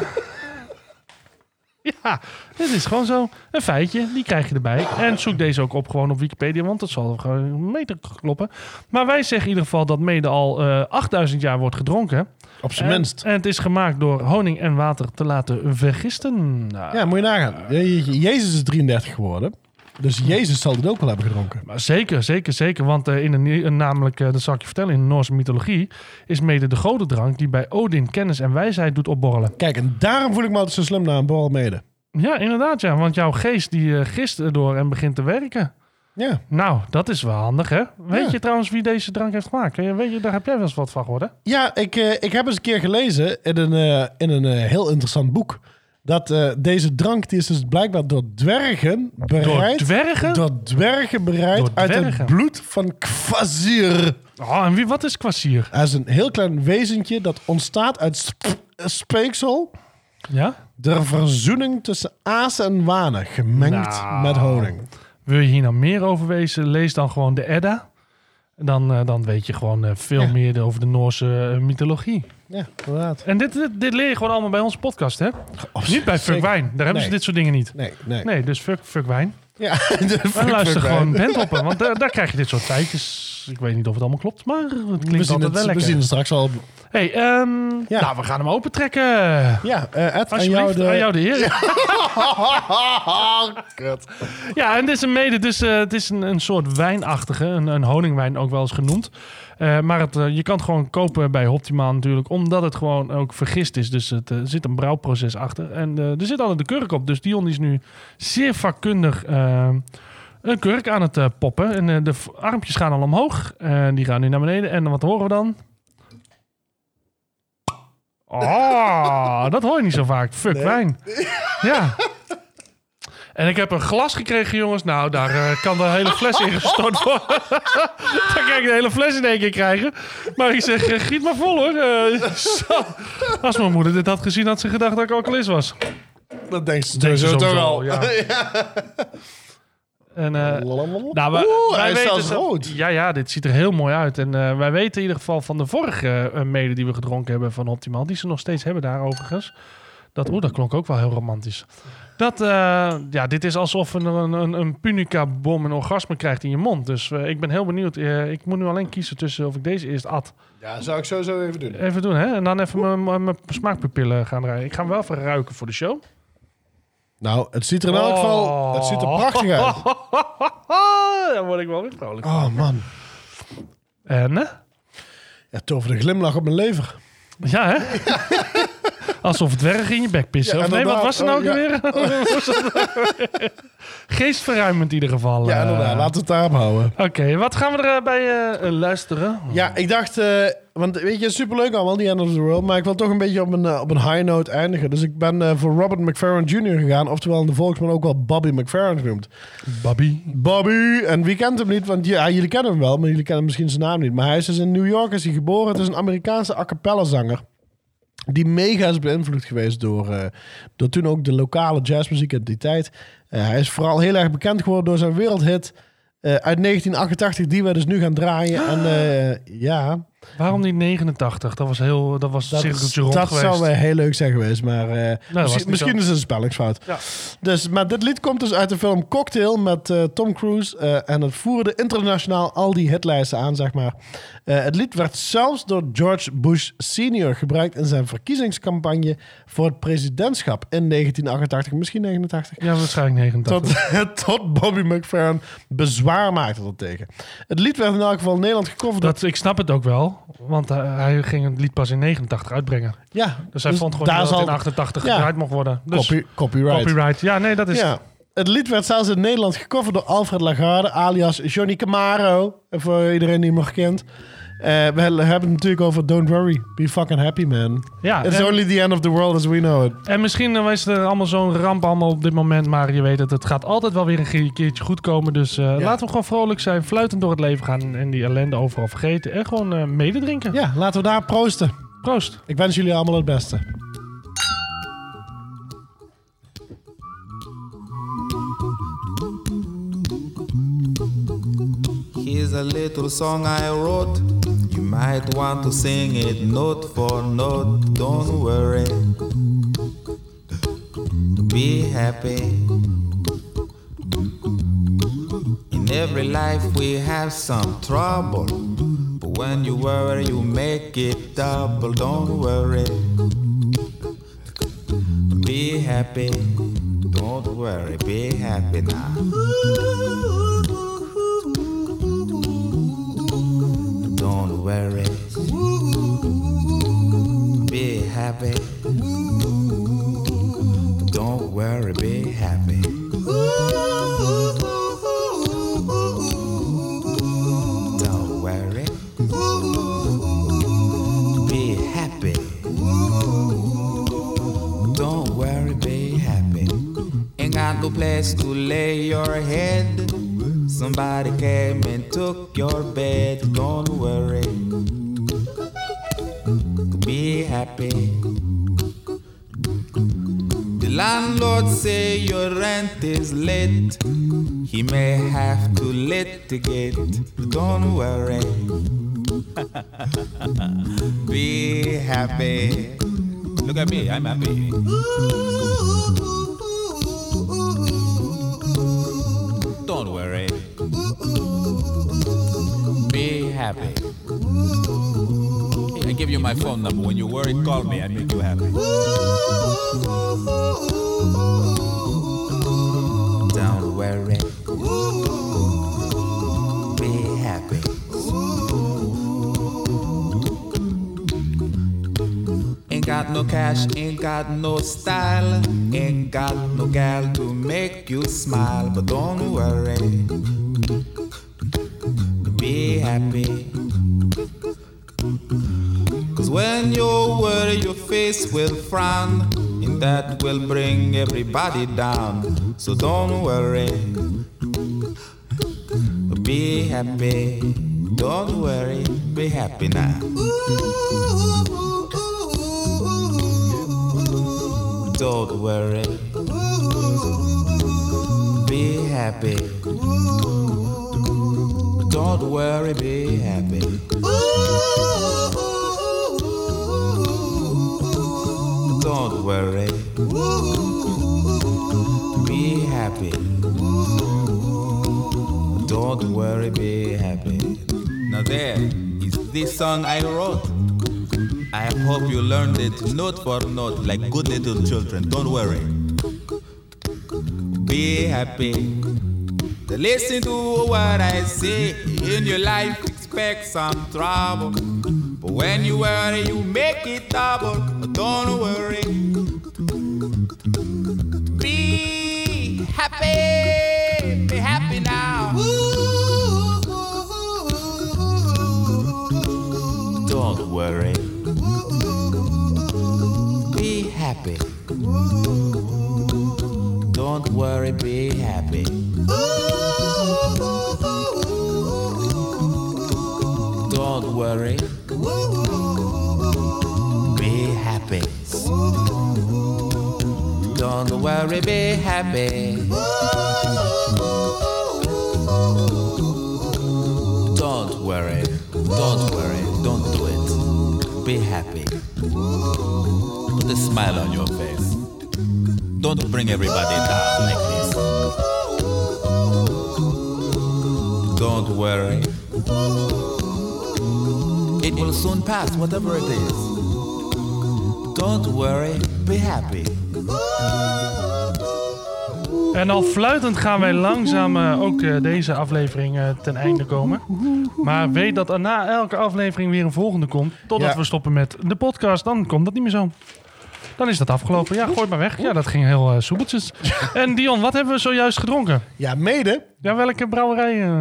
S1: ja, dit is gewoon zo. Een feitje, die krijg je erbij. En zoek deze ook op gewoon op Wikipedia, want dat zal gewoon meter kloppen. Maar wij zeggen in ieder geval dat mede al uh, achtduizend jaar wordt gedronken.
S2: Op zijn
S1: En,
S2: minst.
S1: en het is gemaakt door honing en water te laten vergisten. Nou,
S2: Ja, moet je nagaan. Je- je- Jezus is drieëndertig geworden. Dus Jezus zal dit ook wel hebben gedronken.
S1: Maar zeker, zeker, zeker. Want uh, in de, uh, namelijk, uh, dat zal ik je vertellen, in de Noorse mythologie is mede de godendrank die bij Odin kennis en wijsheid doet opborrelen.
S2: Kijk, en daarom voel ik me altijd zo slim naar een borrel mede.
S1: Ja, inderdaad, ja. Want jouw geest die uh, gist erdoor en begint te werken.
S2: Ja.
S1: Nou, dat is wel handig, hè? Weet
S2: Ja.
S1: je trouwens wie deze drank heeft gemaakt? Weet je, daar heb jij wel eens wat van gehoord, hè?
S2: Ja, ik, uh, ik heb eens een keer gelezen in een, uh, in een uh, heel interessant boek. Dat uh, deze drank, die is dus blijkbaar door dwergen bereid.
S1: Door dwergen?
S2: Door dwergen bereid
S1: Door
S2: uit het
S1: dwergen?
S2: bloed van Kvasir.
S1: Oh, en wie, wat is kwasier?
S2: Hij is een heel klein wezentje dat ontstaat uit sp- speeksel.
S1: Ja?
S2: De verzoening tussen aas en wanen, gemengd
S1: Nou.
S2: met honing.
S1: Wil je hier nou meer over wezen? Lees dan gewoon de Edda. En dan, uh, dan weet je gewoon uh, veel
S2: Ja.
S1: meer over de Noorse uh, mythologie.
S2: Ja, inderdaad.
S1: En dit, dit, dit leer je gewoon allemaal bij onze podcast, hè?
S2: Oh,
S1: Niet bij Fuck
S2: zeker.
S1: Wijn. Daar hebben
S2: Nee.
S1: ze dit soort dingen niet.
S2: Nee, nee.
S1: Nee, dus fuck, fuck Wijn.
S2: Ja, de
S1: Maar
S2: fuck,
S1: luister
S2: fuck
S1: gewoon
S2: wijn.
S1: bandhoppen, want uh, daar krijg je dit soort feitjes. Ik weet niet of het allemaal klopt, maar het
S2: We
S1: klinkt
S2: zien,
S1: altijd
S2: het,
S1: wel
S2: we
S1: lekker.
S2: zien het straks al.
S1: Hey, um,
S2: Ja.
S1: nou, we gaan hem opentrekken.
S2: Ja, uh, Ed, aan jou
S1: Alsjeblieft,
S2: de...
S1: aan jou de eer.
S2: Kut.
S1: Ja, en dit is een mede, dus, uh, het is een, een soort wijnachtige, een, een honingwijn ook wel eens genoemd. Uh, maar het, uh, je kan het gewoon kopen bij Optimaal natuurlijk, omdat het gewoon ook vergist is. Dus het, uh, er zit een brouwproces achter. En uh, er zit al de kurk op, dus Dion is nu zeer vakkundig uh, een kurk aan het uh, poppen. En uh, de v- armpjes gaan al omhoog, en die gaan nu naar beneden. En wat horen we dan? Oh, dat hoor je niet zo vaak. Fuck
S2: Nee.
S1: wijn. Ja. En ik heb een glas gekregen, jongens. Nou, daar uh, kan de hele fles in gestort worden. Dan kan ik de hele fles in één keer krijgen. Maar ik zeg, uh, giet maar vol, hoor. Uh, zo. Als mijn moeder dit had gezien, had ze gedacht dat ik alcoholist was.
S2: Dat denkt ze
S1: Denk ze
S2: sowieso toch
S1: sowieso,
S2: al.
S1: ja. En, uh,
S2: Nou,
S1: nou, we,
S2: Oeh,
S1: wij
S2: hij is
S1: weten
S2: zelfs
S1: dat-
S2: rood.
S1: Ja, ja, dit ziet er heel mooi uit. En uh, wij weten in ieder geval van de vorige uh, mede die we gedronken hebben van Optimaal, die ze nog steeds hebben daar overigens. Dat, oeh, dat klonk ook wel heel romantisch. Dat, uh, ja, dit is alsof een, een, een, een punica-bom een orgasme krijgt in je mond. Dus uh, ik ben heel benieuwd. Uh, ik moet nu alleen kiezen tussen of ik deze eerst at.
S2: Ja, zou ik sowieso even doen.
S1: Even doen, hè? En dan even mijn- mijn mijn smaakpupillen gaan draaien. Ik ga hem wel even ruiken voor de show.
S2: Nou, het ziet er in elk geval... Het ziet er prachtig uit.
S1: Daar word ik wel weer vrolijk.
S2: Oh, man.
S1: En, hè?
S2: Ja, tover de glimlach op mijn lever.
S1: Ja, hè? Alsof het dwergen in je bek pissen.
S2: Ja,
S1: of nee, wat
S2: inderdaad.
S1: was er nou
S2: Oh,
S1: ook
S2: ja.
S1: alweer? Geestverruimend in ieder geval.
S2: Ja,
S1: eh.
S2: inderdaad. Laten we het daarop houden.
S1: Oké, wat gaan we erbij uh, luisteren?
S2: Ja, ik dacht... eh, want weet je, superleuk allemaal, die End of the World. Maar ik wil toch een beetje op een, eh, op een high note eindigen. Dus ik ben eh, voor Robert McFerrin junior gegaan. Oftewel in de volksman ook wel Bobby McFerrin genoemd.
S1: Bobby.
S2: Bobby. En wie kent hem niet? Want ja, jullie kennen hem wel, maar jullie kennen misschien zijn naam niet. Maar hij is dus in New York is hij geboren. Het is een Amerikaanse a cappella zanger. Die mega is beïnvloed geweest door, uh, door toen ook de lokale jazzmuziek uit die tijd. Uh, hij is vooral heel erg bekend geworden door zijn wereldhit uh, uit negentien achtentachtig, die we dus nu gaan draaien. En uh, ja,
S1: Waarom niet negenentachtig? Dat was heel, dat was een
S2: dat,
S1: cirkeltje rond
S2: dat
S1: geweest.
S2: zou wel heel leuk zijn geweest. Maar uh,
S1: was
S2: misschien,
S1: niet
S2: misschien
S1: zo.
S2: is het een spellingsfout.
S1: Ja.
S2: Dus, maar dit lied komt dus uit de film Cocktail met uh, Tom Cruise. Uh, en het voerde internationaal al die hitlijsten aan, zeg maar. Uh, het lied werd zelfs door George Bush senior gebruikt in zijn verkiezingscampagne voor het presidentschap in negentien achtentachtig, misschien negenentachtig.
S1: Ja, waarschijnlijk negenentachtig.
S2: Tot, tot Bobby McFerrin bezwaar maakte er tegen. Het lied werd in elk geval in Nederland gecoverd. door-
S1: Dat, ik snap het ook wel, want uh, hij ging het lied pas in negenentachtig uitbrengen.
S2: Ja,
S1: Dus hij vond gewoon
S2: daar
S1: niet dat het
S2: zal
S1: in achtentachtig
S2: Ja.
S1: gedraaid mocht worden. Dus
S2: copy, copyright.
S1: copyright. Ja, nee, dat is...
S2: Ja. Het lied werd zelfs in Nederland gecoverd door Alfred Lagarde, alias Johnny Camaro. Voor iedereen die hem nog kent. Uh, we hebben het natuurlijk over Don't Worry, Be Fucking Happy, Man.
S1: Ja,
S2: It's
S1: en-
S2: only the end of the world as we know it.
S1: En misschien uh, is er allemaal zo'n ramp allemaal op dit moment, maar je weet het, het gaat altijd wel weer een keertje goed komen. Dus uh, laten we gewoon vrolijk zijn, fluitend door het leven gaan en die ellende overal vergeten en gewoon uh, mededrinken.
S2: Ja, laten we daar proosten.
S1: Proost.
S2: Ik wens jullie allemaal het beste.
S8: Here's a little song I wrote. You might want to sing it note for note. Don't worry. Be happy. In every life we have some trouble. But when you worry, you make it double. Don't worry. Be happy. Don't worry. Be happy now. Don't worry. Be happy. Don't worry, be happy. Don't worry. Be happy. Don't worry, be happy. Ain't got no place to lay your head. Somebody came and took your bed. Don't worry. Be happy. The landlord say your rent is late. He may have to litigate. Don't worry. Be happy. Look at me, I'm happy. Don't worry. Be happy. I give you my phone number. When you're worried, call me. I make you happy. Don't worry. Be happy. Ain't got no cash, ain't got no style, ain't got no gal to make you smile. But don't worry. Be happy. Cause when you worry, your face will frown, and that will bring everybody down. So don't worry. Be happy. Don't worry. Be happy now. Don't worry. Be happy. Don't worry, be happy. Don't worry. Be happy. Don't worry, be happy. Now there is this song I wrote. I hope you learned it note for note like good little children. Don't worry. Be happy. Listen to what I say. In your life, expect some trouble. But when you worry, you make it double. But don't worry. Be happy. Be happy now. Don't worry. Be happy. Don't worry, be happy. Don't worry. Be happy. Don't worry, be happy. Don't worry. Don't worry. Don't do it. Be happy. Put a smile on your face. Don't bring everybody down like this. Don't worry. It will soon pass, whatever it is. Don't worry, be happy.
S1: En al fluitend gaan wij langzaam uh, ook uh, deze aflevering uh, ten einde komen. Maar weet dat er na elke aflevering weer een volgende komt. Totdat
S2: Ja.
S1: we stoppen met de podcast. Dan komt dat niet meer zo. Dan is dat afgelopen. Ja, gooi het maar weg. Ja, dat ging heel uh, soepeltjes. En Dion, wat hebben we zojuist gedronken?
S2: Ja, mede.
S1: Ja, welke brouwerij? Uh...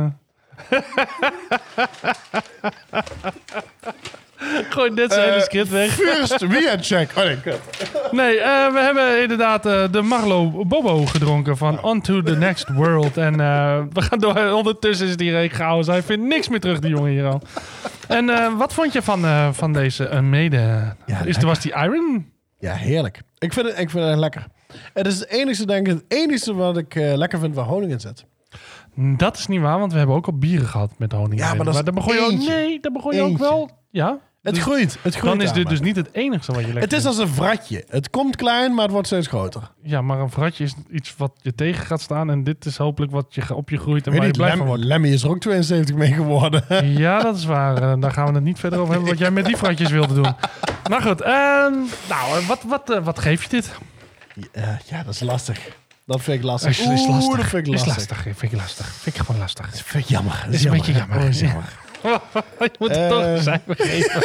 S1: Gooi dit zijn hele script weg.
S2: First weekend check. Oh nee, kut.
S1: Nee, uh, we hebben inderdaad uh, de Marlo Bobo gedronken van On to the Next World. En uh, we gaan door. Ondertussen is het hier een chaos. Hij vindt niks meer terug, die jongen hier al. En uh, wat vond je van, uh, van deze uh, mede?
S2: Ja,
S1: is, was die Iron?
S2: Ja, heerlijk. Ik vind het, ik vind het echt lekker. Het is het enige, denk ik, het enige wat ik uh, lekker vind waar honing in zit.
S1: Dat is niet waar, want we hebben ook al bieren gehad met honing.
S2: Ja, maar dat is
S1: daar begon je ook.
S2: eentje.
S1: Nee, daar begon je ook
S2: Eentje.
S1: wel. Ja.
S2: Het
S1: Dus
S2: groeit. Het groeit
S1: dan is
S2: aan
S1: dit
S2: me.
S1: dus niet het enige wat je lekker
S2: Het is
S1: vindt.
S2: als een vratje. Het komt klein, maar het wordt steeds groter.
S1: Ja, maar een vratje is iets wat je tegen gaat staan. En dit is hopelijk wat je op je groeit en
S2: Weet
S1: waar je
S2: niet,
S1: blij
S2: Lem-
S1: van wordt.
S2: Lemmy is er ook tweeënzeventig mee geworden.
S1: Ja, dat is waar. Uh, daar gaan we het niet verder over hebben wat jij met die fratjes wilde doen. Maar goed, uh, nou, wat, wat, uh, wat geef je dit?
S2: Uh, ja, dat is lastig. Dat vind ik lastig.
S1: Is, is lastig.
S2: Oeh, dat vind ik
S1: Is
S2: lastig.
S1: lastig. Vind ik lastig. Vind ik gewoon lastig.
S2: Dat vind ik jammer. Dat
S1: Is een beetje jammer.
S2: Oh, is jammer.
S1: Je moet het toch
S2: Eh,
S1: een cijfer geven.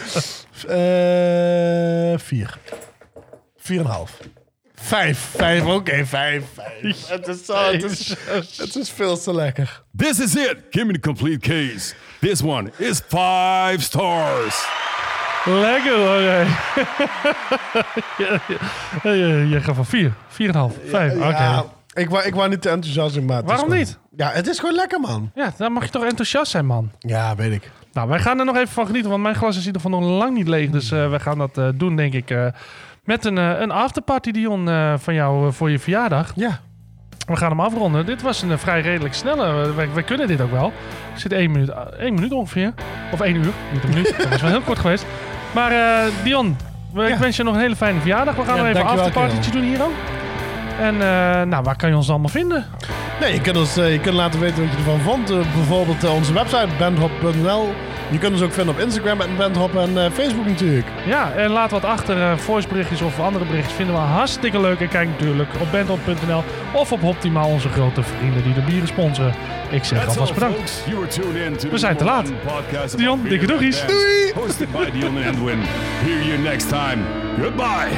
S2: Uh, vier. Vier en een half. Vijf. Vijf. Oké, okay, vijf. Vijf. Het is, zo, het, is, het is veel te lekker.
S5: This is it. Give me the complete case. This one is five stars.
S1: Lekker hoor. Hey. je, je, je gaat van vier. Vier en een half. Vijf. Oké.
S2: Ja, Ik wou, ik wou niet te enthousiast zijn, maar... het is
S1: Waarom
S2: gewoon-
S1: niet?
S2: Ja, het is gewoon lekker, man.
S1: Ja, dan mag je toch enthousiast zijn, man.
S2: Ja, weet ik.
S1: Nou, wij gaan er nog even van genieten, want mijn glas is in ieder geval nog lang niet leeg. Dus uh, wij gaan dat uh, doen, denk ik, uh, met een, uh, een afterparty, Dion, uh, van jou uh, voor je verjaardag.
S2: Ja.
S1: We gaan hem afronden. Dit was een uh, vrij redelijk snelle. Wij, wij kunnen dit ook wel. Er zit één minuut, uh, één minuut ongeveer. Of één uur, niet een minuut. Dat was wel heel kort geweest. Maar uh, Dion, we,
S2: Ja.
S1: ik wens je nog een hele fijne verjaardag. We gaan
S2: Ja,
S1: nog even een
S2: dankjewel,
S1: afterpartytje doen hier ook. En uh, nou, waar kan je ons allemaal vinden?
S2: Nee, je kunt, ons, uh, je kunt laten weten wat je ervan vond. Uh, bijvoorbeeld uh, onze website, bandhop punt n l. Je kunt ons ook vinden op Instagram met bandhop en uh, Facebook natuurlijk.
S1: Ja, en laat wat achter. Uh, voiceberichtjes of andere berichtjes vinden we hartstikke leuk. En kijk natuurlijk op bandhop punt n l of op Optimaal, onze grote vrienden die de bieren sponsoren. Ik zeg alvast bedankt. We zijn te laat. Dion, dikke doegies.
S2: Doei!
S5: Hosted by Dion and Edwin. Hear you next time. Goodbye.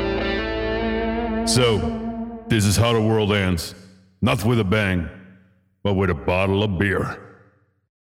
S5: So, this is how the world ends. Not with a bang, but with a bottle of beer.